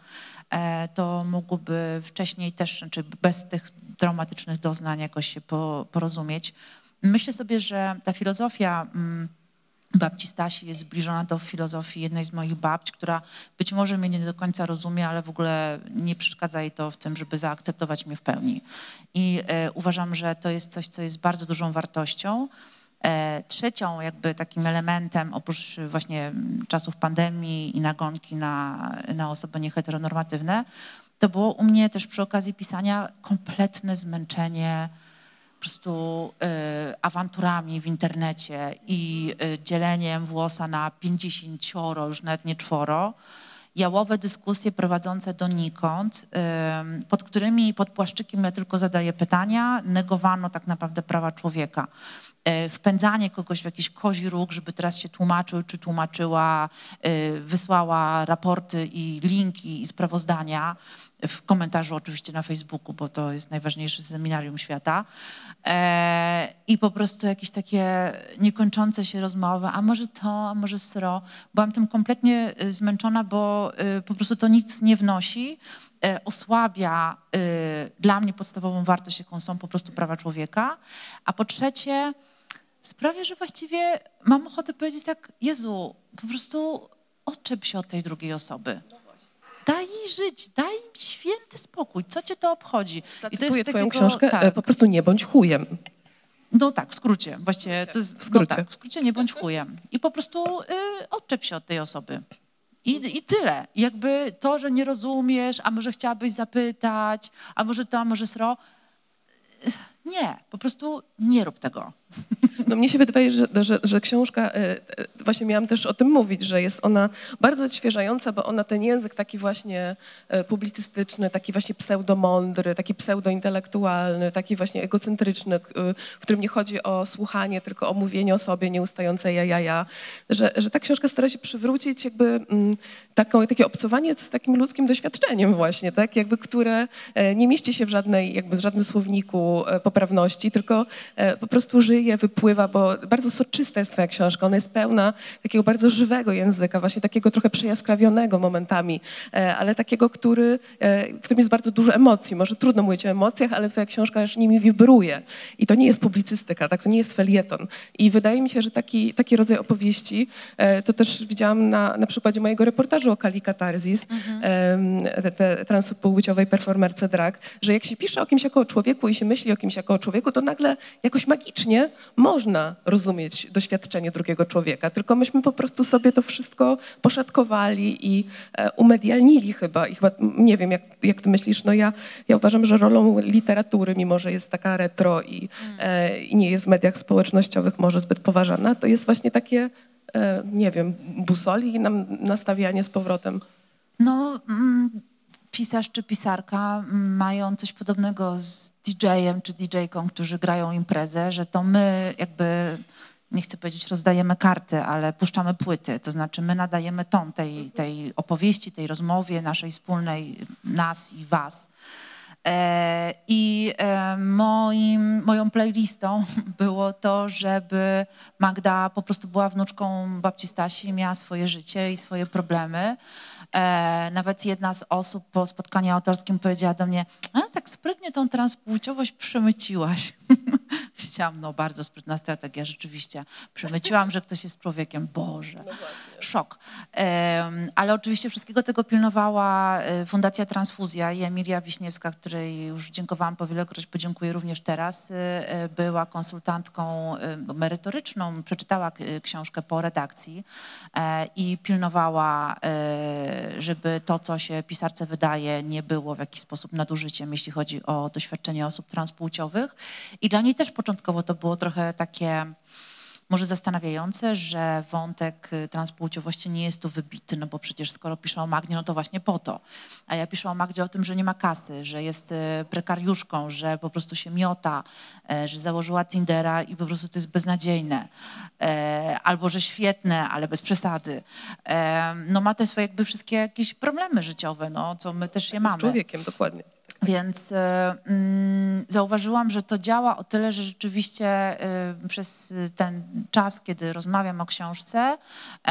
to mogłoby wcześniej też, czy bez tych traumatycznych doznań jakoś się porozumieć. Myślę sobie, że ta filozofia babci Stasi jest zbliżona do filozofii jednej z moich babci, która być może mnie nie do końca rozumie, ale w ogóle nie przeszkadza jej to w tym, żeby zaakceptować mnie w pełni. I uważam, że to jest coś, co jest bardzo dużą wartością. Trzecią jakby takim elementem, oprócz właśnie czasów pandemii i nagonki na, na osoby nieheteronormatywne, to było u mnie też przy okazji pisania kompletne zmęczenie po prostu y, awanturami w internecie i y, dzieleniem włosa na pięćdziesięcioro, już nawet nie czworo, jałowe dyskusje prowadzące donikąd, y, pod którymi pod płaszczykiem ja tylko zadaję pytania, negowano tak naprawdę prawa człowieka. Wpędzanie kogoś w jakiś kozi róg, żeby teraz się tłumaczył czy tłumaczyła, wysłała raporty i linki i sprawozdania, w komentarzu oczywiście na Facebooku, bo to jest najważniejsze seminarium świata. I po prostu jakieś takie niekończące się rozmowy, a może to, a może sro. Byłam tym kompletnie zmęczona, bo po prostu to nic nie wnosi, osłabia dla mnie podstawową wartość, jaką są po prostu prawa człowieka, a po trzecie sprawia, że właściwie mam ochotę powiedzieć tak, Jezu, po prostu odczep się od tej drugiej osoby. Daj jej żyć, daj im święty spokój, co cię to obchodzi? Zacytuję I to jest twoją takiego, książkę, tak. po prostu nie bądź chujem. No tak, w skrócie, właściwie to jest, w skrócie. No tak, w skrócie nie bądź chujem. I po prostu y, odczep się od tej osoby. I, I tyle. Jakby to, że nie rozumiesz, a może chciałabyś zapytać, a może to, a może sro. Nie, po prostu nie rób tego. No mnie się wydaje, że, że, że książka, właśnie miałam też o tym mówić, że jest ona bardzo odświeżająca, bo ona ten język taki właśnie publicystyczny, taki właśnie pseudomądry, taki pseudointelektualny, taki właśnie egocentryczny, w którym nie chodzi o słuchanie, tylko o mówienie o sobie, nieustające ja, ja, ja, że, że ta książka stara się przywrócić jakby taką, takie obcowanie z takim ludzkim doświadczeniem właśnie, tak, jakby, które nie mieści się w żadnej, jakby w żadnym słowniku poprawności, tylko po prostu żyje, wypływa, bo bardzo soczysta jest twoja książka. Ona jest pełna takiego bardzo żywego języka, właśnie takiego trochę przejaskrawionego momentami, ale takiego, który, w którym jest bardzo dużo emocji. Może trudno mówić o emocjach, ale twoja książka aż nimi wibruje. I to nie jest publicystyka, tak? To nie jest felieton. I wydaje mi się, że taki, taki rodzaj opowieści, to też widziałam na, na przykładzie mojego reportażu o Kali Katarzis, mhm. te, te transpłciowej performerce drag, że jak się pisze o kimś jako o człowieku i się myśli o kimś jako o człowieku, to nagle jakoś magicznie można rozumieć doświadczenie drugiego człowieka, tylko myśmy po prostu sobie to wszystko poszatkowali i e, umedialnili chyba. I chyba, nie wiem, jak, jak ty myślisz, no ja, ja uważam, że rolą literatury, mimo że jest taka retro i, e, i nie jest w mediach społecznościowych może zbyt poważana, to jest właśnie takie, e, nie wiem, busoli i nam nastawianie z powrotem No, mm, pisarz czy pisarka mają coś podobnego z didżejem czy didżejką, którzy grają imprezę, że to my jakby, nie chcę powiedzieć rozdajemy karty, ale puszczamy płyty. To znaczy my nadajemy ton tej, tej opowieści, tej rozmowie naszej wspólnej, nas i was. E, I e, moim, moją playlistą było to, żeby Magda po prostu była wnuczką babci Stasi, miała swoje życie i swoje problemy. E, nawet jedna z osób po spotkaniu autorskim powiedziała do mnie, a tak sprytnie tą transpłciowość przemyciłaś. Chciałam, no bardzo sprytna strategia, rzeczywiście. Przemyciłam, że ktoś jest człowiekiem. Boże, No szok. E, ale oczywiście wszystkiego tego pilnowała Fundacja Transfuzja i Emilia Wiśniewska, której już dziękowałam powielokroć, podziękuję również teraz. E, była konsultantką e, merytoryczną, przeczytała książkę po redakcji e, i pilnowała, e, żeby to, co się pisarce wydaje, nie było w jakiś sposób nadużyciem, jeśli chodzi o doświadczenie osób transpłciowych. I dla niej też początkowo to było trochę takie może zastanawiające, że wątek transpłciowości nie jest tu wybity, no bo przecież skoro piszę o Magdzie, no to właśnie po to. A ja piszę o Magdzie o tym, że nie ma kasy, że jest prekariuszką, że po prostu się miota, że założyła Tindera i po prostu to jest beznadziejne. Albo, że świetne, ale bez przesady. No ma te swoje jakby wszystkie jakieś problemy życiowe, no co my też je mamy. Z człowiekiem, dokładnie. Więc y, y, zauważyłam, że to działa o tyle, że rzeczywiście y, przez ten czas, kiedy rozmawiam o książce,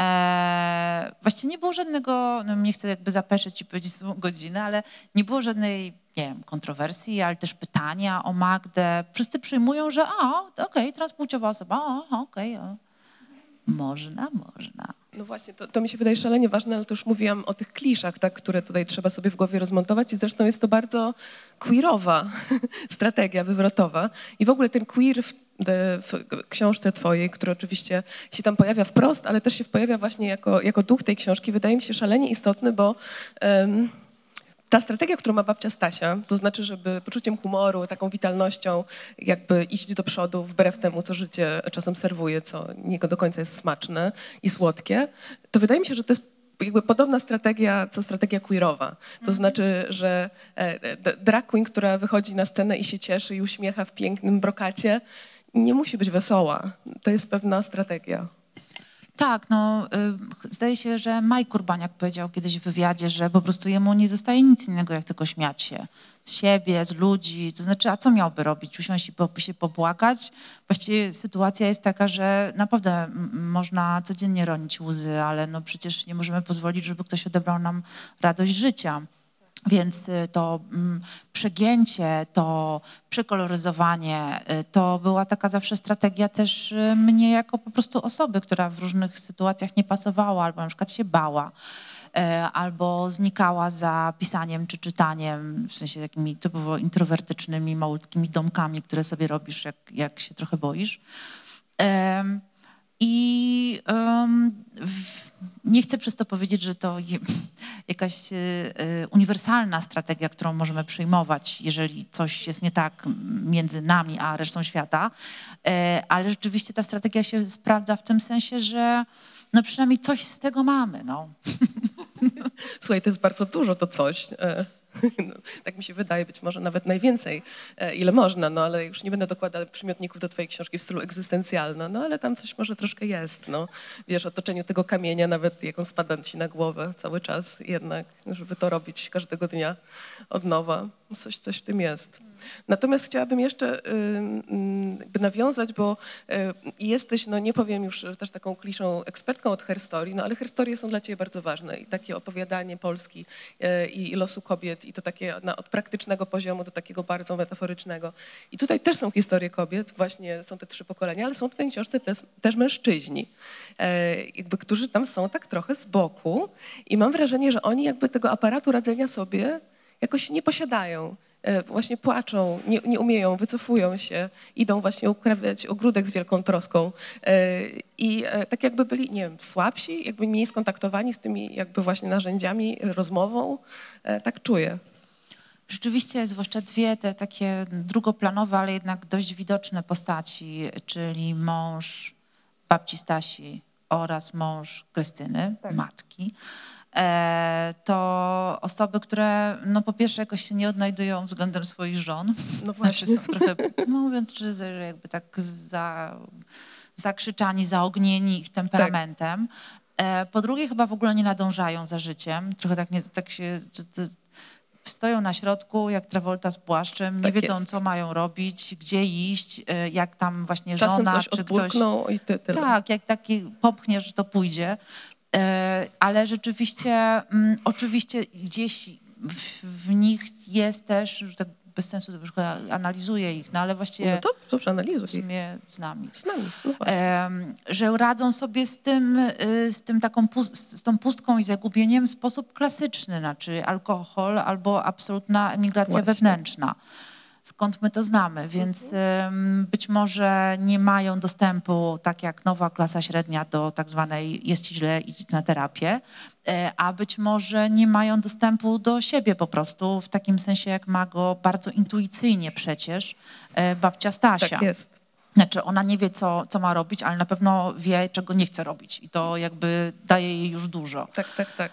e, właściwie nie było żadnego, no nie chcę jakby zapeszyć i powiedzieć swoją godzinę, ale nie było żadnej, nie wiem, kontrowersji, ale też pytania o Magdę. Wszyscy przyjmują, że a, okej, okay, transpłciowa osoba, a, okej, okay, można, można. No właśnie, to, to mi się wydaje szalenie ważne, ale to już mówiłam o tych kliszach, tak, które tutaj trzeba sobie w głowie rozmontować i zresztą jest to bardzo queerowa strategia wywrotowa i w ogóle ten queer w, w książce twojej, który oczywiście się tam pojawia wprost, ale też się pojawia właśnie jako, jako duch tej książki, wydaje mi się szalenie istotny, bo um, ta strategia, którą ma babcia Stasia, to znaczy, żeby poczuciem humoru, taką witalnością jakby iść do przodu wbrew temu, co życie czasem serwuje, co nie do końca jest smaczne i słodkie, to wydaje mi się, że to jest jakby podobna strategia, co strategia queerowa. To znaczy, że drag queen, która wychodzi na scenę i się cieszy i uśmiecha w pięknym brokacie, nie musi być wesoła. To jest pewna strategia. Tak, no y, zdaje się, że Mike Urbaniak powiedział kiedyś w wywiadzie, że po prostu jemu nie zostaje nic innego, jak tylko śmiać się z siebie, z ludzi. To znaczy, a co miałby robić? Usiąść i po, się popłakać? Właściwie sytuacja jest taka, że naprawdę m, można codziennie ronić łzy, ale no przecież nie możemy pozwolić, żeby ktoś odebrał nam radość życia. Więc to mm, przegięcie, to przekoloryzowanie, to była taka zawsze strategia też mnie jako po prostu osoby, która w różnych sytuacjach nie pasowała albo na przykład się bała, albo znikała za pisaniem czy czytaniem, w sensie takimi typowo introwertycznymi, malutkimi domkami, które sobie robisz, jak, jak się trochę boisz. I um, w, nie chcę przez to powiedzieć, że to je, jakaś y, uniwersalna strategia, którą możemy przyjmować, jeżeli coś jest nie tak między nami a resztą świata, y, ale rzeczywiście ta strategia się sprawdza w tym sensie, że no przynajmniej coś z tego mamy. No. Słuchaj, to jest bardzo dużo to coś. No, tak mi się wydaje, być może nawet najwięcej, ile można, no ale już nie będę dokładać przymiotników do twojej książki w stylu egzystencjalna, no ale tam coś może troszkę jest, no. Wiesz, o otoczeniu tego kamienia, nawet jak on spada ci na głowę cały czas jednak, żeby to robić każdego dnia od nowa. Coś, coś w tym jest. Natomiast chciałabym jeszcze y, y, nawiązać, bo y, jesteś, no nie powiem już też taką kliszą ekspertką od herstorii, no ale herstorie są dla ciebie bardzo ważne i takie opowiadanie Polski y, i losu kobiet i to takie na, od praktycznego poziomu do takiego bardzo metaforycznego. I tutaj też są historie kobiet, właśnie są te trzy pokolenia, ale są w twojej książce też, też mężczyźni, y, jakby, którzy tam są tak trochę z boku i mam wrażenie, że oni jakby tego aparatu radzenia sobie jakoś nie posiadają. Właśnie płaczą, nie, nie umieją, wycofują się, idą właśnie uprawiać ogródek z wielką troską i tak jakby byli, nie wiem, słabsi, jakby mniej skontaktowani z tymi jakby właśnie narzędziami, rozmową, tak czuję. Rzeczywiście, zwłaszcza dwie te takie drugoplanowe, ale jednak dość widoczne postaci, czyli mąż babci Stasi oraz mąż Krystyny, tak. matki. e, to osoby, które no po pierwsze jakoś się nie odnajdują względem swoich żon. No właśnie. Znaczy są trochę, no mówiąc szczerze, że jakby tak za, zakrzyczani, zaognieni ich temperamentem. E, po drugie chyba w ogóle nie nadążają za życiem. Trochę tak, nie, tak się... To, to, stoją na środku, jak Travolta z płaszczem, nie Tak wiedzą, jest. co mają robić, gdzie iść, e, jak tam właśnie Czasem żona, coś czy ktoś... odburkną i ty, tyle. Tak, jak taki popchniesz, to pójdzie. E, ale rzeczywiście, mm, oczywiście gdzieś w, w nich jest też, już tak bez sensu to już chyba analizuję ich, no ale właściwie No to dobrze, analizuj w ich. sumie z nami. Z nami. No właśnie. Em, że radzą sobie z tym, y, z tym taką pus- z tą pustką i zagubieniem w sposób klasyczny, znaczy alkohol albo absolutna emigracja Właśnie. wewnętrzna. Skąd my to znamy, więc em, być może nie mają dostępu, tak jak nowa klasa średnia, do tak zwanej jest ci źle, idź na terapię, e, a być może nie mają dostępu do siebie po prostu, w takim sensie jak ma go bardzo intuicyjnie przecież e, babcia Stasia. Tak jest. Znaczy ona nie wie, co, co ma robić, ale na pewno wie, czego nie chce robić i to jakby daje jej już dużo. Tak, tak, tak.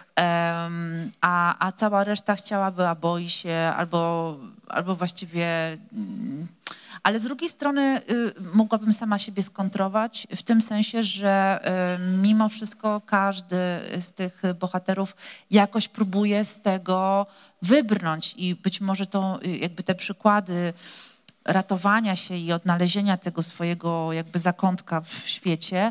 Em, a, a cała reszta chciałaby, a boi się, albo, albo właściwie... mm, Ale z drugiej strony y, mogłabym sama siebie skontrować w tym sensie, że y, mimo wszystko każdy z tych bohaterów jakoś próbuje z tego wybrnąć i być może to y, jakby te przykłady ratowania się i odnalezienia tego swojego jakby zakątka w świecie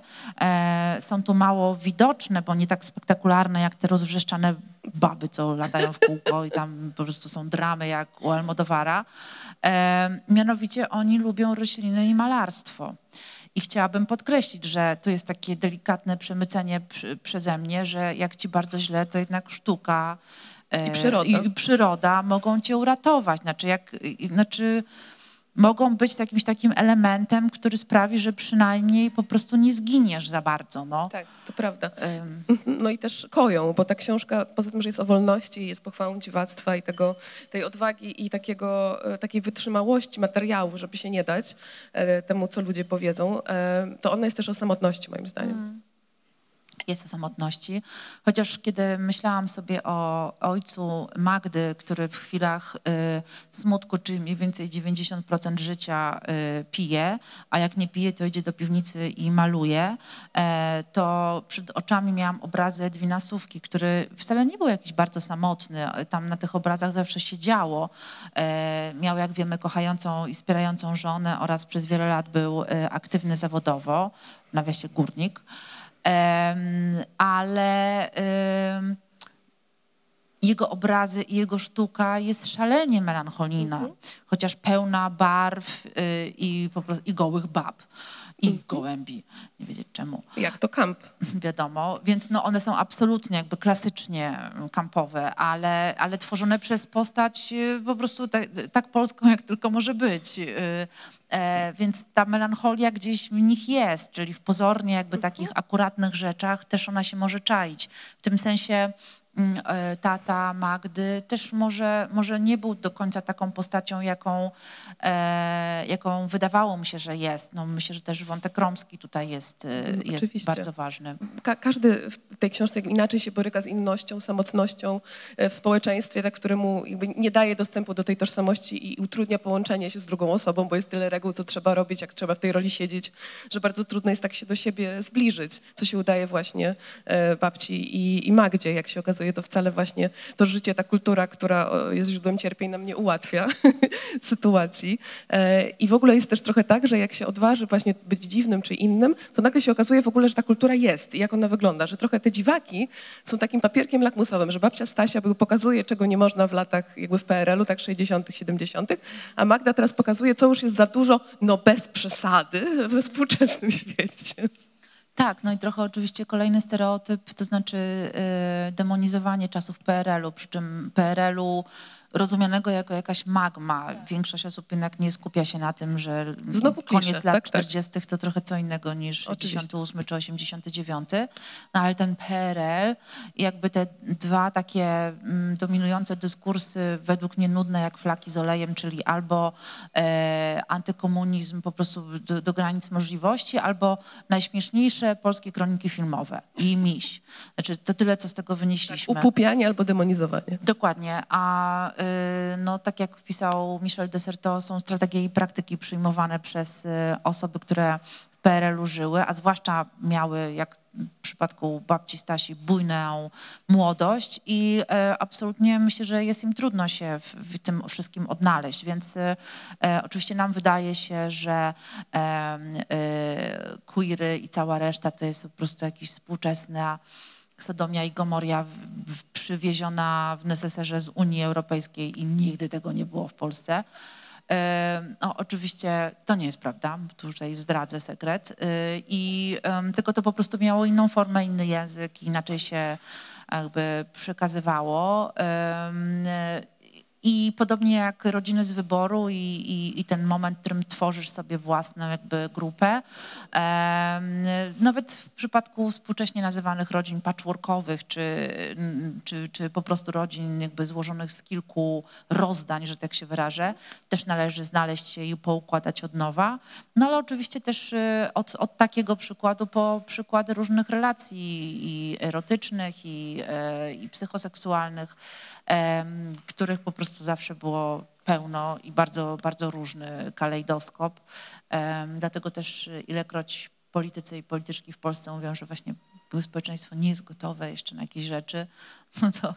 e, są tu mało widoczne, bo nie tak spektakularne jak te rozwrzeszczane baby, co latają w kółko i tam po prostu są dramy jak u Almodovara. E, mianowicie oni lubią rośliny i malarstwo. I chciałabym podkreślić, że to jest takie delikatne przemycenie przy, przeze mnie, że jak ci bardzo źle, to jednak sztuka e, I przyroda. i przyroda mogą cię uratować. Znaczy, jak, znaczy mogą być jakimś takim elementem, który sprawi, że przynajmniej po prostu nie zginiesz za bardzo. No. Tak, to prawda. Ym, No i też koją, bo ta książka, poza tym, że jest o wolności, jest pochwałą dziwactwa i tego, tej odwagi i takiego, e, takiej wytrzymałości materiału, żeby się nie dać e, temu, co ludzie powiedzą, e, to ona jest też o samotności, moim zdaniem. Jest o samotności. Chociaż kiedy myślałam sobie o ojcu Magdy, który w chwilach y, smutku, czyli mniej więcej dziewięćdziesiąt procent życia y, pije, a jak nie pije, to idzie do piwnicy i maluje, e, to przed oczami miałam obrazy Edwina Sówki, który wcale nie był jakiś bardzo samotny. Tam na tych obrazach zawsze się działo. E, miał, jak wiemy, kochającą i wspierającą żonę oraz przez wiele lat był y, aktywny zawodowo, w nawiasie górnik. Um, ale um, jego obrazy i jego sztuka jest szalenie melancholijna, Mhm. chociaż pełna barw y, i, po prostu, i gołych bab i Mhm. gołębi, nie wiedzieć czemu. Jak to kamp. Wiadomo, więc no one są absolutnie jakby klasycznie kampowe, ale, ale tworzone przez postać y, po prostu tak, tak polską, jak tylko może być. Y, e, więc ta melancholia gdzieś w nich jest, czyli w pozornie jakby takich akuratnych rzeczach też ona się może czaić. W tym sensie mm, e, tata Magdy też może, może nie był do końca taką postacią, jaką, e, jaką wydawało mi się, że jest. No, myślę, że też wątek romski tutaj jest, e, jest Oczywiście. bardzo ważny. Ka- każdy w tej książce inaczej się boryka z innością, samotnością e, w społeczeństwie, tak, któremu jakby nie daje dostępu do tej tożsamości i utrudnia połączenie się z drugą osobą, bo jest tyle reguł, co trzeba robić, jak trzeba w tej roli siedzieć, że bardzo trudno jest tak się do siebie zbliżyć, co się udaje właśnie e, babci i, i Magdzie. Jak się okazuje, to wcale właśnie to życie, ta kultura, która o, jest źródłem cierpień, nam nie ułatwia sytuacji. E, I w ogóle jest też trochę tak, że jak się odważy właśnie być dziwnym czy innym, to nagle się okazuje w ogóle, że ta kultura jest i jak ona wygląda, że trochę te dziwaki są takim papierkiem lakmusowym, że babcia Stasia jakby pokazuje, czego nie można w latach jakby w P R L-u, tak sześćdziesiątych, siedemdziesiątych, a Magda teraz pokazuje, co już jest za dużo, no bez przesady we współczesnym świecie. Tak, no i trochę oczywiście kolejny stereotyp, to znaczy y, demonizowanie czasów P R L-u, przy czym P R L-u rozumianego jako jakaś magma. Większość osób jednak nie skupia się na tym, że Znowu koniec klisze, lat tak, tak. czterdziestych to trochę co innego niż Oczywiście. dziewięćdziesiąty ósmy czy osiemdziesiąty dziewiąty. No ale ten P R L, jakby te dwa takie mm, dominujące dyskursy, według mnie nudne jak flaki z olejem, czyli albo e, antykomunizm po prostu do, do granic możliwości, albo najśmieszniejsze polskie kroniki filmowe i miś. Znaczy to tyle, co z tego wynieśliśmy. Upupianie albo demonizowanie. Dokładnie, a y, no, tak jak pisał Michel Desserteau, są strategie i praktyki przyjmowane przez y, osoby, które w P R L-u żyły, a zwłaszcza miały, jak w przypadku babci Stasi, bujną młodość i y, absolutnie myślę, że jest im trudno się w, w tym wszystkim odnaleźć, więc y, y, oczywiście nam wydaje się, że y, y, queery i cała reszta to jest po prostu jakiś współczesna Sodomia i Gomoria w, w, przywieziona w neseserze z Unii Europejskiej i nigdy tego nie było w Polsce. E, no, oczywiście to nie jest prawda, tutaj zdradzę sekret. E, I e, tylko to po prostu miało inną formę, inny język, inaczej się jakby przekazywało. E, I podobnie jak rodziny z wyboru i, i, i ten moment, w którym tworzysz sobie własną jakby grupę. E, nawet w przypadku współcześnie nazywanych rodzin patchworkowych, czy, czy, czy po prostu rodzin jakby złożonych z kilku rozdań, że tak się wyrażę, też należy znaleźć się i poukładać od nowa. No ale oczywiście też od, od takiego przykładu po przykłady różnych relacji i erotycznych, i, i psychoseksualnych, których po prostu zawsze było pełno i bardzo, bardzo różny kalejdoskop. Dlatego też ilekroć politycy i polityczki w Polsce mówią, że właśnie społeczeństwo nie jest gotowe jeszcze na jakieś rzeczy, no to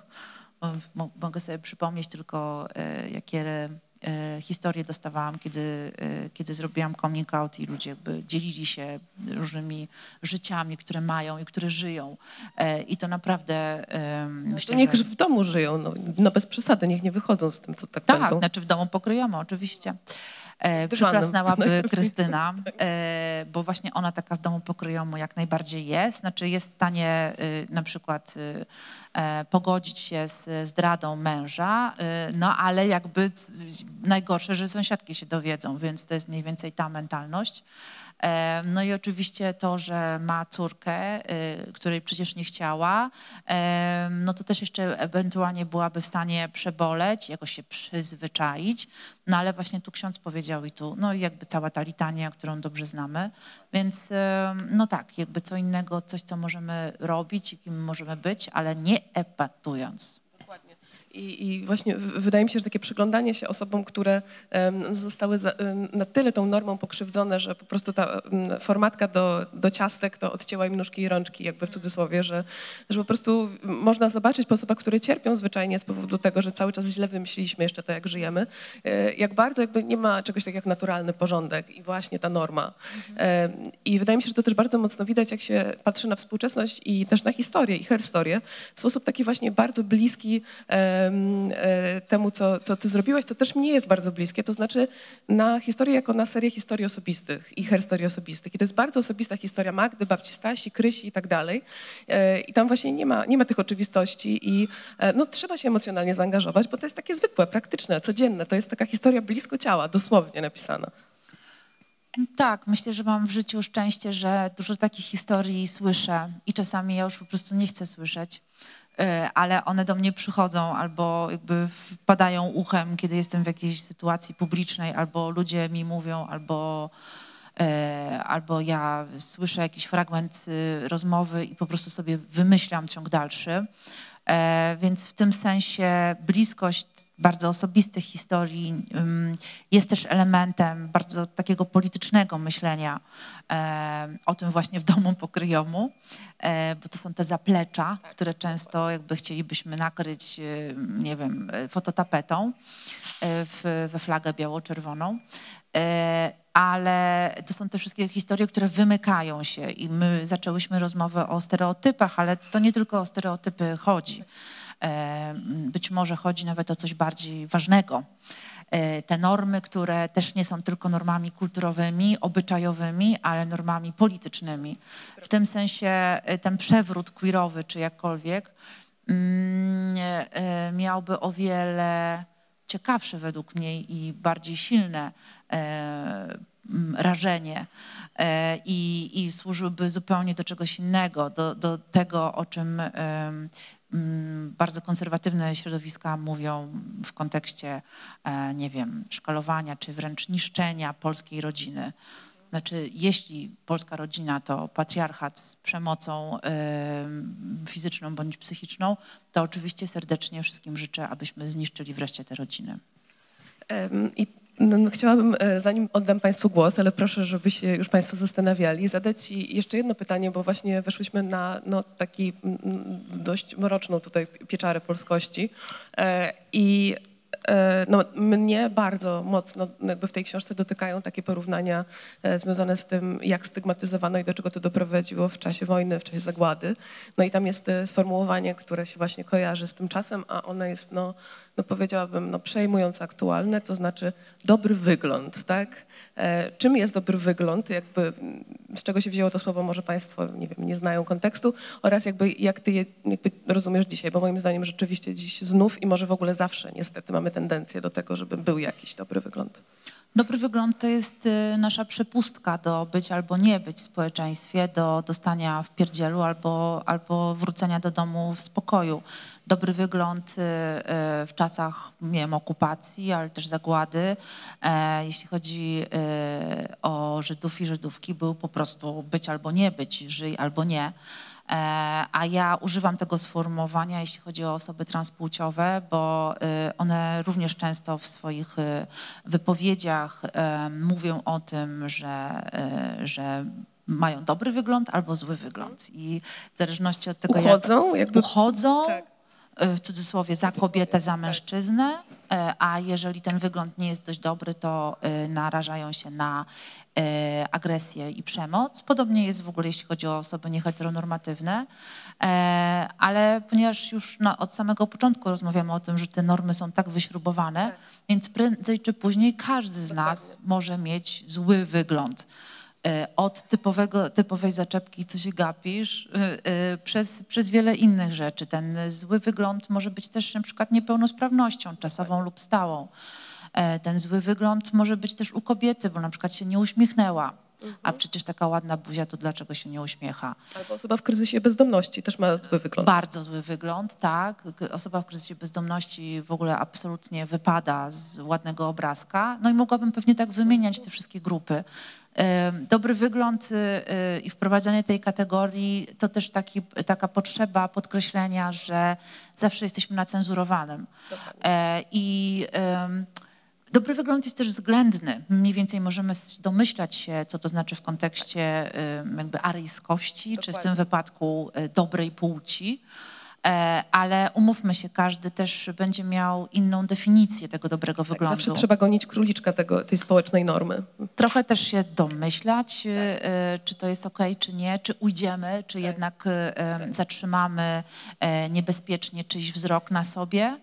mogę sobie przypomnieć tylko, jakie historie dostawałam, kiedy, kiedy zrobiłam coming out i ludzie jakby dzielili się różnymi życiami, które mają i które żyją. I to naprawdę No myślę, to niech że... w domu żyją, no, no bez przesady, niech nie wychodzą z tym, co tak, Tak, będą. znaczy w domu pokryjomo, oczywiście. E, Dywanem. Przyplasnęłaby Krystyna, e, bo właśnie ona taka w domu pokryjomu jak najbardziej jest. Znaczy jest w stanie y, na przykład y, e, pogodzić się z zdradą męża, y, no ale jakby c- najgorsze, że sąsiadki się dowiedzą, więc to jest mniej więcej ta mentalność. E, No i oczywiście to, że ma córkę, y, której przecież nie chciała, e, no to też jeszcze ewentualnie byłaby w stanie przeboleć, jakoś się przyzwyczaić, no ale właśnie tu ksiądz powiedział i tu, no i jakby cała ta litania, którą dobrze znamy, więc e, no tak, jakby co innego, coś, co możemy robić i kim możemy być, ale nie epatując. Dokładnie. I, I właśnie w- wydaje mi się, że takie przyglądanie się osobom, które em, zostały za, em, na tyle tą normą pokrzywdzone, że po prostu ta em, formatka do, do ciastek to odcięła im nóżki i rączki, jakby w cudzysłowie, że, że po prostu można zobaczyć po osobach, które cierpią zwyczajnie z powodu tego, że cały czas źle wymyśliliśmy jeszcze to, jak żyjemy, e, jak bardzo jakby nie ma czegoś takiego jak naturalny porządek i właśnie ta norma. Em, I wydaje mi się, że to też bardzo mocno widać, jak się patrzy na współczesność i też na historię i herhistorię w sposób taki właśnie bardzo bliski em, e, temu, co, co ty zrobiłeś, co też mnie jest bardzo bliskie, to znaczy na historię jako na serię historii osobistych i herhistorii osobistych. I to jest bardzo osobista historia Magdy, babci Stasi, Krysi i tak dalej. E, I tam właśnie nie ma, nie ma tych oczywistości i e, no, trzeba się emocjonalnie zaangażować, bo to jest takie zwykłe, praktyczne, codzienne. To jest taka historia blisko ciała, dosłownie napisana. Tak, myślę, że mam w życiu szczęście, że dużo takich historii słyszę i czasami ja już po prostu nie chcę słyszeć, y, ale one do mnie przychodzą albo jakby wpadają uchem, kiedy jestem w jakiejś sytuacji publicznej, albo ludzie mi mówią, albo, y, albo ja słyszę jakiś fragment y, rozmowy i po prostu sobie wymyślam ciąg dalszy. E, Więc w tym sensie bliskość bardzo osobistych historii ym, jest też elementem bardzo takiego politycznego myślenia e, o tym właśnie w domu pokryjomu, e, bo to są te zaplecza, które często jakby chcielibyśmy nakryć, e, nie wiem, e, fototapetą e, w, we flagę biało-czerwoną. E, ale to są te wszystkie historie, które wymykają się i my zaczęłyśmy rozmowę o stereotypach, ale to nie tylko o stereotypy chodzi. E, Być może chodzi nawet o coś bardziej ważnego. E, Te normy, które też nie są tylko normami kulturowymi, obyczajowymi, ale normami politycznymi. W tym sensie e, ten przewrót queerowy, czy jakkolwiek, mm, e, miałby o wiele ciekawsze według mnie i bardziej silne e, rażenie e, i, i służyłby zupełnie do czegoś innego, do, do tego, o czym e, m, bardzo konserwatywne środowiska mówią w kontekście, e, nie wiem, szkalowania czy wręcz niszczenia polskiej rodziny. Znaczy, jeśli polska rodzina to patriarchat z przemocą y, fizyczną bądź psychiczną, to oczywiście serdecznie wszystkim życzę, abyśmy zniszczyli wreszcie te rodziny. Um, i no, chciałabym, zanim oddam Państwu głos, ale proszę, żeby się już Państwo zastanawiali, zadać Ci jeszcze jedno pytanie, bo właśnie weszłyśmy na no, taki dość mroczną tutaj pieczarę polskości e, i no, mnie bardzo mocno jakby w tej książce dotykają takie porównania e, związane z tym, jak stygmatyzowano i do czego to doprowadziło w czasie wojny, w czasie zagłady. No i tam jest e, sformułowanie, które się właśnie kojarzy z tym czasem, a ono jest, no, no powiedziałabym, no, przejmująco aktualne, to znaczy dobry wygląd, tak? E, czym jest dobry wygląd? Jakby, z czego się wzięło to słowo, może Państwo, nie wiem, nie znają kontekstu oraz jakby jak Ty je jakby rozumiesz dzisiaj, bo moim zdaniem rzeczywiście dziś znów i może w ogóle zawsze niestety mamy tendencję do tego, żeby był jakiś dobry wygląd. Dobry wygląd to jest nasza przepustka do być albo nie być w społeczeństwie, do dostania w pierdzielu albo, albo wrócenia do domu w spokoju. Dobry wygląd w czasach, nie wiem, okupacji, ale też zagłady, jeśli chodzi o Żydów i Żydówki, był po prostu być albo nie być, żyj albo nie. A ja używam tego sformułowania, jeśli chodzi o osoby transpłciowe, bo one również często w swoich wypowiedziach mówią o tym, że, że mają dobry wygląd albo zły wygląd. I w zależności od tego, uchodzą, jak jakby... uchodzą, tak. w cudzysłowie, za kobietę, za mężczyznę, a jeżeli ten wygląd nie jest dość dobry, to narażają się na agresję i przemoc. Podobnie jest w ogóle, jeśli chodzi o osoby nieheteronormatywne, ale ponieważ już na, od samego początku rozmawiamy o tym, że te normy są tak wyśrubowane, tak. Więc prędzej czy później każdy z Dokładnie. nas może mieć zły wygląd. Od typowego, typowej zaczepki, co się gapisz, przez, przez wiele innych rzeczy. Ten zły wygląd może być też na przykład niepełnosprawnością czasową lub stałą. Ten zły wygląd może być też u kobiety, bo na przykład się nie uśmiechnęła. Mhm. A przecież taka ładna buzia, to dlaczego się nie uśmiecha? Albo osoba w kryzysie bezdomności też ma zły wygląd. Bardzo zły wygląd, tak. Osoba w kryzysie bezdomności w ogóle absolutnie wypada z ładnego obrazka. No i mogłabym pewnie tak wymieniać te wszystkie grupy. Dobry wygląd i wprowadzenie tej kategorii to też taki, taka potrzeba podkreślenia, że zawsze jesteśmy na cenzurowanym. Dokładnie. I dobry wygląd jest też względny. Mniej więcej możemy domyślać się, co to znaczy w kontekście jakby aryjskości, Dokładnie. Czy w tym wypadku dobrej płci. Ale umówmy się, każdy też będzie miał inną definicję tego dobrego tak, wyglądu. Zawsze trzeba gonić króliczka tego, tej społecznej normy. Trochę też się domyślać, tak. czy to jest okej, czy nie, czy ujdziemy, czy tak. jednak tak. zatrzymamy niebezpiecznie czyjś wzrok na sobie.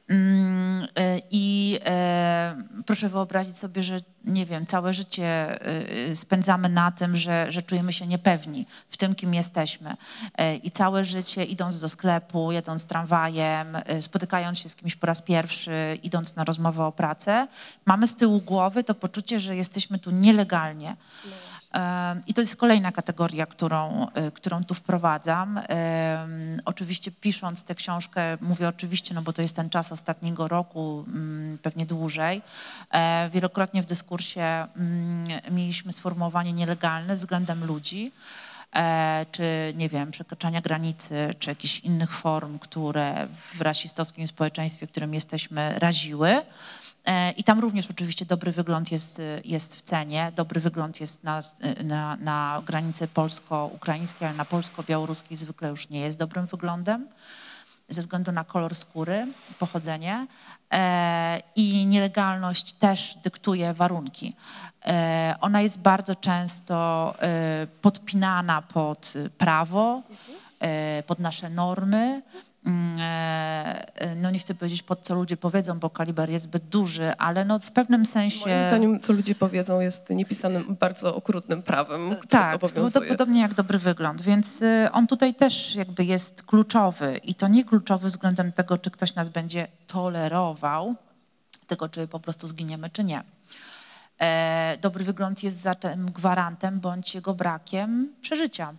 I proszę wyobrazić sobie, że nie wiem, całe życie spędzamy na tym, że, że czujemy się niepewni w tym, kim jesteśmy. I całe życie idąc do sklepu, jedąc tramwajem, spotykając się z kimś po raz pierwszy, idąc na rozmowę o pracę, mamy z tyłu głowy to poczucie, że jesteśmy tu nielegalnie. I to jest kolejna kategoria, którą, którą tu wprowadzam. Oczywiście pisząc tę książkę, mówię oczywiście, no bo to jest ten czas ostatniego roku, pewnie dłużej. Wielokrotnie w dyskursie mieliśmy sformułowanie nielegalne względem ludzi, czy nie wiem, przekraczania granicy, czy jakichś innych form, które w rasistowskim społeczeństwie, w którym jesteśmy, raziły. I tam również oczywiście dobry wygląd jest, jest w cenie. Dobry wygląd jest na, na, na granicy polsko-ukraińskiej, ale na polsko-białoruskiej zwykle już nie jest dobrym wyglądem ze względu na kolor skóry, pochodzenie. I nielegalność też dyktuje warunki. Ona jest bardzo często podpinana pod prawo, pod nasze normy. No nie chcę powiedzieć, pod co ludzie powiedzą, bo kaliber jest zbyt duży, ale no w pewnym sensie... Moim zdaniem, co ludzie powiedzą, jest niepisanym, bardzo okrutnym prawem, które tak, obowiązuje. To podobnie jak dobry wygląd, więc on tutaj też jakby jest kluczowy i to nie kluczowy względem tego, czy ktoś nas będzie tolerował, tego, czy po prostu zginiemy, czy nie. E, dobry wygląd jest zatem gwarantem bądź jego brakiem przeżycia.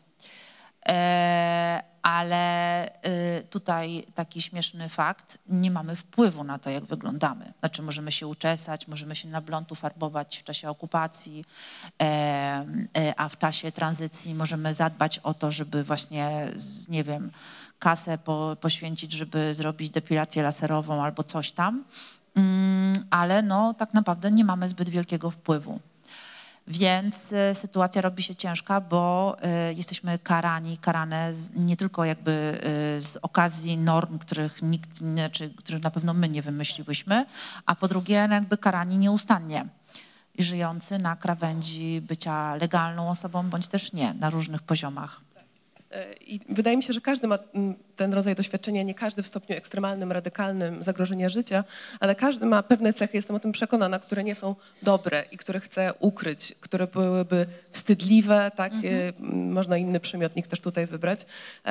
E, ale y, tutaj taki śmieszny fakt, nie mamy wpływu na to, jak wyglądamy. Znaczy możemy się uczesać, możemy się na blondu farbować w czasie okupacji, e, e, a w czasie tranzycji możemy zadbać o to, żeby właśnie, z, nie wiem, kasę po, poświęcić, żeby zrobić depilację laserową albo coś tam. Mm, ale no tak naprawdę nie mamy zbyt wielkiego wpływu. Więc y, sytuacja robi się ciężka, bo y, jesteśmy karani, karane z, nie tylko jakby y, z okazji norm, których nikt, znaczy, których na pewno my nie wymyśliłyśmy, a po drugie no, jakby karani nieustannie i żyjący na krawędzi bycia legalną osobą, bądź też nie, na różnych poziomach. I wydaje mi się, że każdy ma ten rodzaj doświadczenia, nie każdy w stopniu ekstremalnym, radykalnym zagrożenia życia, ale każdy ma pewne cechy, jestem o tym przekonana, które nie są dobre i które chce ukryć, które byłyby wstydliwe, tak? Mhm. Można inny przymiotnik też tutaj wybrać.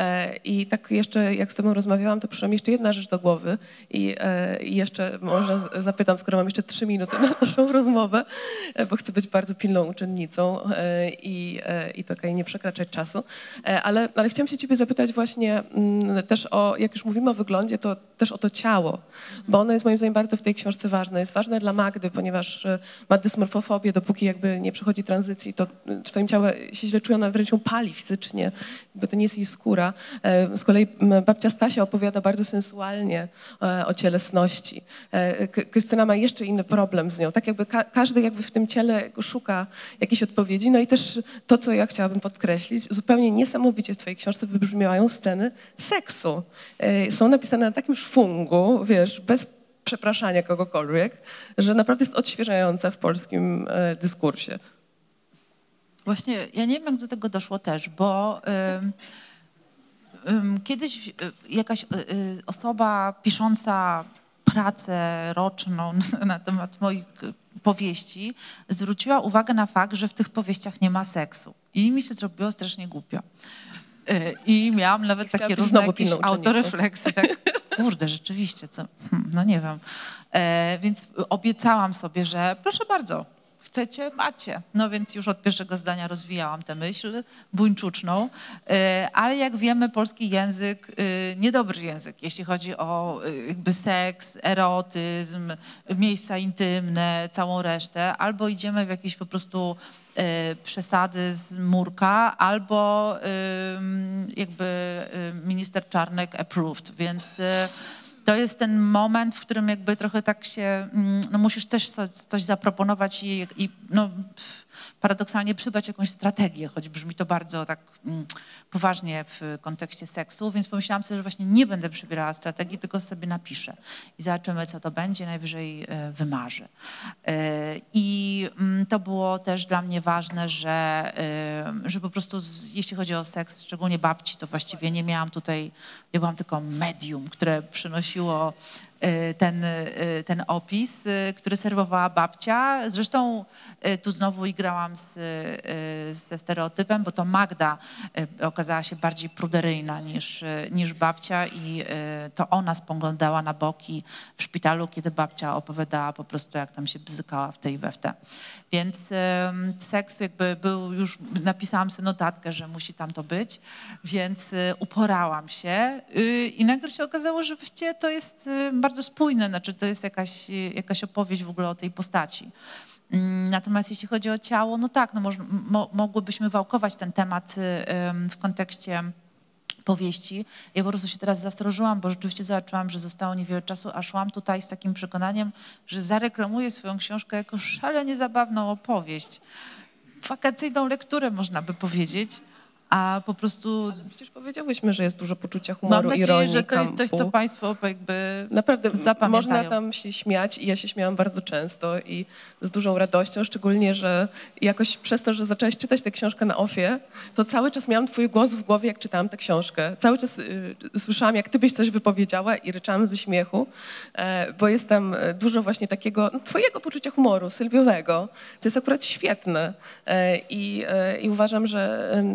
I tak jeszcze jak z tobą rozmawiałam, to przyszła mi jeszcze jedna rzecz do głowy i, i jeszcze może zapytam, skoro mam jeszcze trzy minuty na naszą rozmowę, bo chcę być bardzo pilną uczennicą i, i tutaj nie przekraczać czasu, ale, ale chciałam się ciebie zapytać właśnie też o, jak już mówimy o wyglądzie, to też o to ciało, bo ono jest moim zdaniem bardzo w tej książce ważne. Jest ważne dla Magdy, ponieważ ma dysmorfofobię, dopóki jakby nie przechodzi tranzycji, to w swoim ciele się źle czuje, ona wręcz ją pali fizycznie, jakby to nie jest jej skóra. Z kolei babcia Stasia opowiada bardzo sensualnie o cielesności. Krystyna ma jeszcze inny problem z nią, tak jakby ka każdy jakby w tym ciele szuka jakiejś odpowiedzi. No i też to, co ja chciałabym podkreślić, zupełnie niesamowicie w twojej książce wybrzmiewają sceny seksu. Są napisane na takim szwungu, wiesz, bez przepraszania kogokolwiek, że naprawdę jest odświeżające w polskim dyskursie. Właśnie, ja nie wiem, jak do tego doszło też, bo ym, ym, kiedyś jakaś y, y, osoba pisząca pracę roczną na temat moich powieści zwróciła uwagę na fakt, że w tych powieściach nie ma seksu. I mi się zrobiło strasznie głupio. I miałam nawet takie różne jakieś autorefleksje, tak, kurde, rzeczywiście, co, hmm, no nie wiem. E, więc obiecałam sobie, że proszę bardzo, chcecie, macie. No więc już od pierwszego zdania rozwijałam tę myśl buńczuczną, e, ale jak wiemy, polski język, e, niedobry język, jeśli chodzi o e, jakby seks, erotyzm, miejsca intymne, całą resztę, albo idziemy w jakieś po prostu przesady z murka, albo jakby minister Czarnek approved, więc to jest ten moment, w którym jakby trochę tak się, no musisz też coś, coś zaproponować i, i no, paradoksalnie przybrać jakąś strategię, choć brzmi to bardzo tak mm, poważnie w kontekście seksu, więc pomyślałam sobie, że właśnie nie będę przybierała strategii, tylko sobie napiszę i zobaczymy, co to będzie, najwyżej y, wymarzę. Y, I y, to było też dla mnie ważne, że, y, że po prostu z, jeśli chodzi o seks, szczególnie babci, to właściwie nie miałam tutaj, ja byłam tylko medium, które przynosiło ten, ten opis, który serwowała babcia. Zresztą tu znowu igrałam z, ze stereotypem, bo to Magda okazała się bardziej pruderyjna niż, niż babcia i to ona spoglądała na boki w szpitalu, kiedy babcia opowiadała po prostu, jak tam się bzykała w tej i we w te. Więc seks jakby był już, napisałam sobie notatkę, że musi tam to być, więc uporałam się i nagle się okazało, że właściwie to jest bardzo spójne, znaczy to jest jakaś, jakaś opowieść w ogóle o tej postaci. Natomiast jeśli chodzi o ciało, no tak, no może, mo, mogłybyśmy wałkować ten temat w kontekście powieści. Ja po prostu się teraz zastrożyłam, bo rzeczywiście zobaczyłam, że zostało niewiele czasu, a szłam tutaj z takim przekonaniem, że zareklamuję swoją książkę jako szalenie zabawną opowieść. Wakacyjną lekturę, można by powiedzieć. A po prostu... Ale przecież powiedziałyśmy, że jest dużo poczucia humoru, mam nadzieję, ironii, że to kampu. jest coś, co państwo jakby naprawdę zapamiętają. Można tam się śmiać i ja się śmiałam bardzo często i z dużą radością, szczególnie, że jakoś przez to, że zaczęłaś czytać tę książkę na ofie, to cały czas miałam twój głos w głowie, jak czytałam tę książkę. Cały czas y, słyszałam, jak ty byś coś wypowiedziała i ryczałam ze śmiechu, e, bo jest tam dużo właśnie takiego no, twojego poczucia humoru, sylwiowego. To jest akurat świetne e, i, e, i uważam, że, że bardzo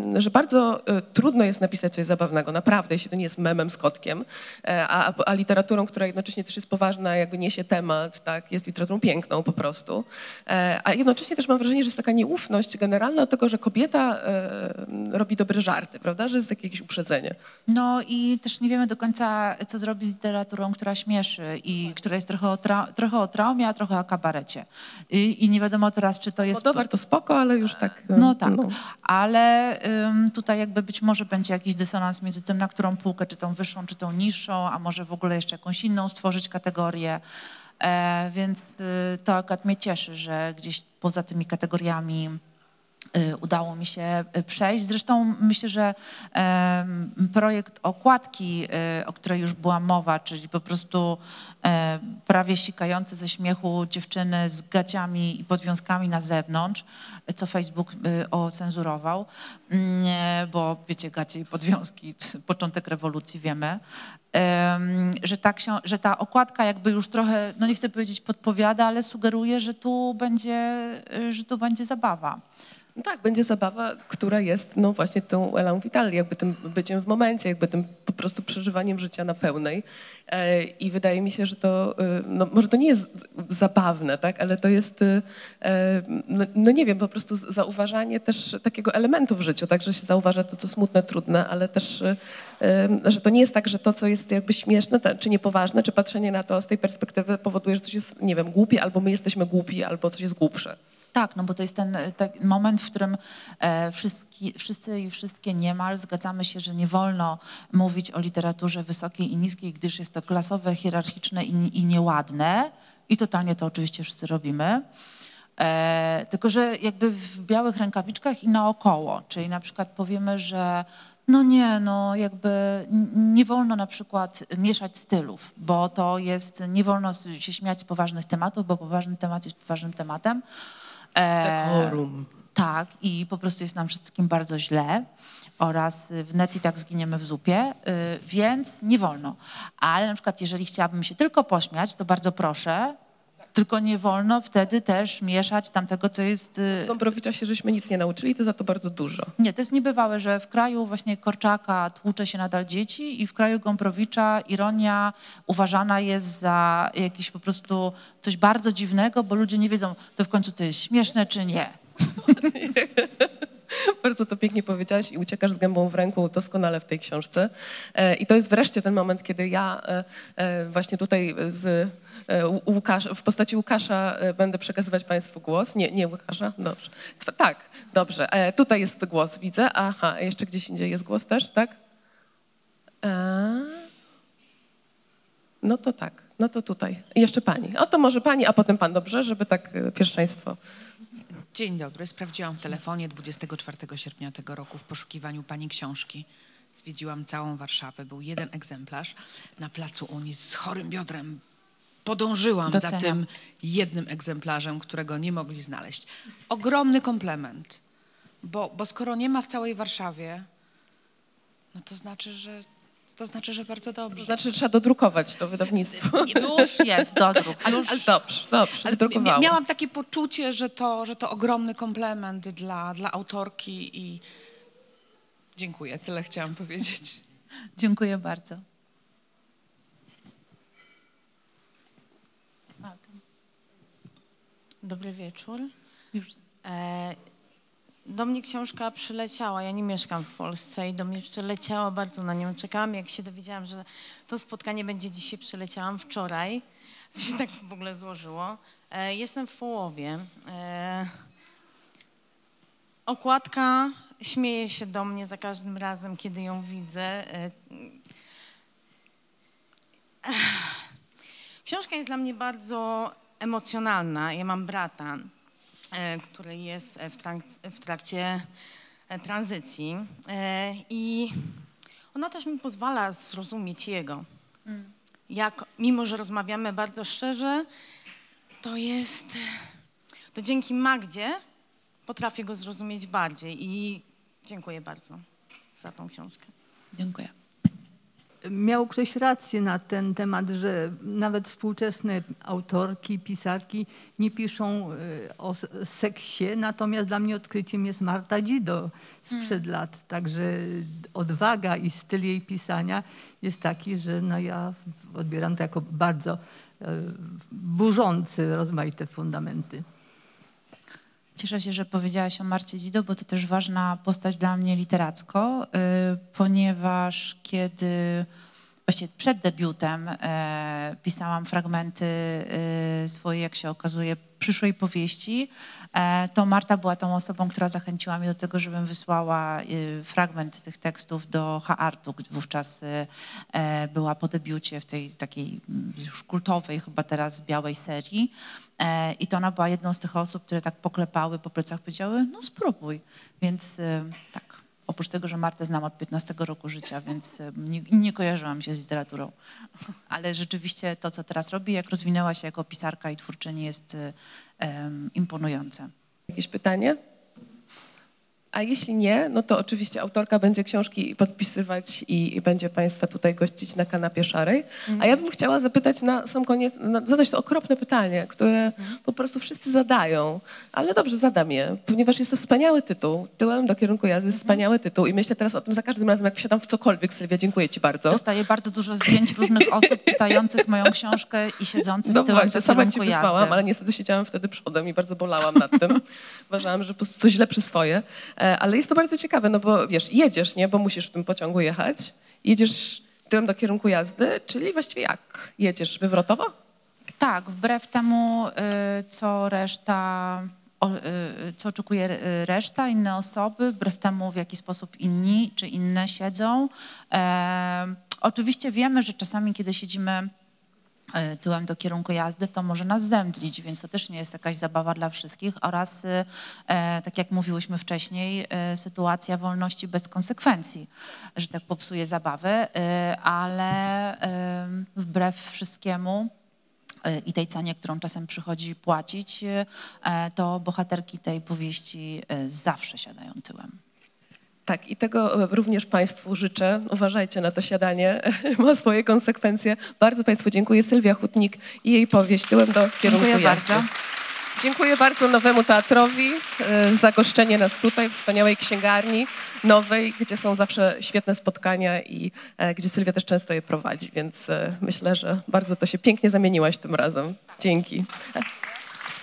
bardzo e, trudno jest napisać coś zabawnego, naprawdę, jeśli to nie jest memem z kotkiem, e, a, a literaturą, która jednocześnie też jest poważna, jakby niesie temat, tak, jest literaturą piękną po prostu. E, a jednocześnie też mam wrażenie, że jest taka nieufność generalna do tego, że kobieta e, robi dobre żarty, prawda, że jest jakieś uprzedzenie. No i też nie wiemy do końca, co zrobić z literaturą, która śmieszy i która jest trochę o, tra- trochę o traumie, a trochę o kabarecie. I, i nie wiadomo teraz, czy to jest... Modowar to spoko, ale już tak... No tak, ale ym, tutaj jakby być może będzie jakiś dysonans między tym, na którą półkę, czy tą wyższą, czy tą niższą, a może w ogóle jeszcze jakąś inną stworzyć kategorię. E, więc y, to akurat mnie cieszy, że gdzieś poza tymi kategoriami y, udało mi się y, przejść. Zresztą myślę, że y, projekt okładki, y, o której już była mowa, czyli po prostu y, prawie sikające ze śmiechu dziewczyny z gaciami i podwiązkami na zewnątrz, co Facebook y, ocenzurował, y, bo wiecie, gacie i podwiązki, początek rewolucji, wiemy. Um, że, ta ksią- że ta okładka jakby już trochę, no nie chcę powiedzieć podpowiada, ale sugeruje, że tu będzie, że tu będzie zabawa. No tak, będzie zabawa, która jest no właśnie tą Elą Vitali, jakby tym byciem w momencie, jakby tym po prostu przeżywaniem życia na pełnej. E, I wydaje mi się, że to, e, no może to nie jest zabawne, tak, ale to jest, e, no, no nie wiem, po prostu zauważanie też takiego elementu w życiu, tak, że się zauważa to, co smutne, trudne, ale też, e, że to nie jest tak, że to, co jest jakby śmieszne, czy niepoważne, czy patrzenie na to z tej perspektywy powoduje, że coś jest, nie wiem, głupie, albo my jesteśmy głupi, albo coś jest głupsze. Tak, no bo to jest ten, ten moment, w którym e, wszyscy, wszyscy i wszystkie niemal zgadzamy się, że nie wolno mówić o literaturze wysokiej i niskiej, gdyż jest to klasowe, hierarchiczne i, i nieładne. I totalnie to oczywiście wszyscy robimy. E, tylko, że jakby w białych rękawiczkach i naokoło. Czyli na przykład powiemy, że no nie, no jakby nie wolno na przykład mieszać stylów, bo to jest, nie wolno się śmiać z poważnych tematów, bo poważny temat jest poważnym tematem. Dekorum. E, tak, i po prostu jest nam wszystkim bardzo źle oraz wnet i tak zginiemy w zupie, y, więc nie wolno. Ale na przykład jeżeli chciałabym się tylko pośmiać, to bardzo proszę, tylko nie wolno wtedy też mieszać tamtego, co jest... Y, Z Gombrowicza się żeśmy nic nie nauczyli, to za to bardzo dużo. nie, to jest niebywałe, że w kraju właśnie Korczaka tłucze się nadal dzieci i w kraju Gombrowicza ironia uważana jest za jakiś po prostu coś bardzo dziwnego, bo ludzie nie wiedzą, to w końcu to jest śmieszne czy nie. Bardzo to pięknie powiedziałaś i uciekasz z gębą w ręku doskonale w tej książce. E, I to jest wreszcie ten moment, kiedy ja e, e, właśnie tutaj z e, Łukasz, w postaci Łukasza e, będę przekazywać Państwu głos. Nie, nie Łukasza? Dobrze. Tw- tak, dobrze. E, tutaj jest głos, widzę. Aha, jeszcze gdzieś indziej jest głos też, tak? E, no to tak, no to tutaj. I jeszcze Pani. O, to może Pani, a potem Pan, dobrze? Żeby tak e, pierwszeństwo. Dzień dobry. Sprawdziłam w telefonie dwudziestego czwartego sierpnia tego roku w poszukiwaniu pani książki. Zwiedziłam całą Warszawę. Był jeden egzemplarz na placu Unii z chorym biodrem. Podążyłam Doceniam. za tym jednym egzemplarzem, którego nie mogli znaleźć. Ogromny komplement, bo, bo skoro nie ma w całej Warszawie, no to znaczy, że to znaczy, że bardzo dobrze. To znaczy, że trzeba dodrukować to wydawnictwo. Już jest dodruk. Ale, ale dobrze, dobrze, Ale wydrukowało. miałam takie poczucie, że to, że to ogromny komplement dla, dla autorki i dziękuję, tyle chciałam powiedzieć. Dziękuję bardzo. Dobry wieczór. Już. E, do mnie książka przyleciała, ja nie mieszkam w Polsce i do mnie przyleciała, bardzo na nią czekałam. Jak się dowiedziałam, że to spotkanie będzie dzisiaj, przyleciałam wczoraj. To się tak w ogóle złożyło. E, jestem w Połowie. E, okładka śmieje się do mnie za każdym razem, kiedy ją widzę. E, książka jest dla mnie bardzo emocjonalna. Ja mam brata, e, który jest w, trak w trakcie e, tranzycji e, i ona też mi pozwala zrozumieć jego. Mm. Jak, mimo że rozmawiamy bardzo szczerze, to jest, to dzięki Magdzie potrafię go zrozumieć bardziej i dziękuję bardzo za tą książkę. Dziękuję. miał ktoś rację na ten temat, że nawet współczesne autorki, pisarki nie piszą y, o s- seksie, natomiast dla mnie odkryciem jest Marta Dzido sprzed lat. Także odwaga i styl jej pisania jest taki, że no ja odbieram to jako bardzo y, burzący rozmaite fundamenty. Cieszę się, że powiedziałaś o Marcie Dzido, bo to też ważna postać dla mnie literacko, y, ponieważ kiedy właściwie przed debiutem e, pisałam fragmenty e, swojej, jak się okazuje, przyszłej powieści, e, to Marta była tą osobą, która zachęciła mnie do tego, żebym wysłała e, fragment tych tekstów do Haartu, gdy wówczas e, była po debiucie w tej takiej już kultowej chyba teraz białej serii. E, I to ona była jedną z tych osób, które tak poklepały po plecach, powiedziały, no spróbuj. Więc e, tak. Oprócz tego, że Martę znam od piętnastego roku życia, więc nie, nie kojarzyłam się z literaturą. Ale rzeczywiście to, co teraz robi, jak rozwinęła się jako pisarka i twórczyni, jest um, imponujące. Jakieś pytanie? A jeśli nie, no to oczywiście autorka będzie książki podpisywać i, i będzie Państwa tutaj gościć na kanapie szarej. A ja bym chciała zapytać na sam koniec, na, zadać to okropne pytanie, które po prostu wszyscy zadają. Ale dobrze, zadam je, ponieważ jest to wspaniały tytuł. Tyłem do kierunku jazdy jest wspaniały tytuł i myślę teraz o tym za każdym razem, jak wsiadam w cokolwiek. Sylwia, dziękuję Ci bardzo. Dostaję bardzo dużo zdjęć różnych osób czytających moją książkę i siedzących No tyłem właśnie, do sama kierunku Ci jazdy. wysłałam, ale niestety siedziałam wtedy przodem i bardzo bolałam nad tym. Uważałam, że po prostu coś źle przyswoję. Ale jest to bardzo ciekawe, no bo wiesz, jedziesz, nie, bo musisz w tym pociągu jechać, jedziesz tyłem do kierunku jazdy, czyli właściwie jak? Jedziesz wywrotowo? Tak, wbrew temu, y, co reszta, o, y, co oczekuje y, reszta, inne osoby, wbrew temu, w jaki sposób inni czy inne siedzą. E, oczywiście wiemy, że czasami, kiedy siedzimy tyłem do kierunku jazdy, to może nas zemdlić, więc to też nie jest jakaś zabawa dla wszystkich oraz, e, tak jak mówiłyśmy wcześniej, e, sytuacja wolności bez konsekwencji, że tak popsuje zabawę, e, ale e, wbrew wszystkiemu e, i tej cenie, którą czasem przychodzi płacić, e, to bohaterki tej powieści e, zawsze siadają tyłem. Tak, i tego również Państwu życzę. Uważajcie na to siadanie, ma swoje konsekwencje. Bardzo Państwu dziękuję. Sylwia Hutnik i jej powieść Tyłem do kierunku Dziękuję jazdy. bardzo. Dziękuję bardzo Nowemu Teatrowi e, za goszczenie nas tutaj w wspaniałej księgarni nowej, gdzie są zawsze świetne spotkania i e, gdzie Sylwia też często je prowadzi, więc e, myślę, że bardzo to się pięknie zamieniłaś tym razem. Dzięki.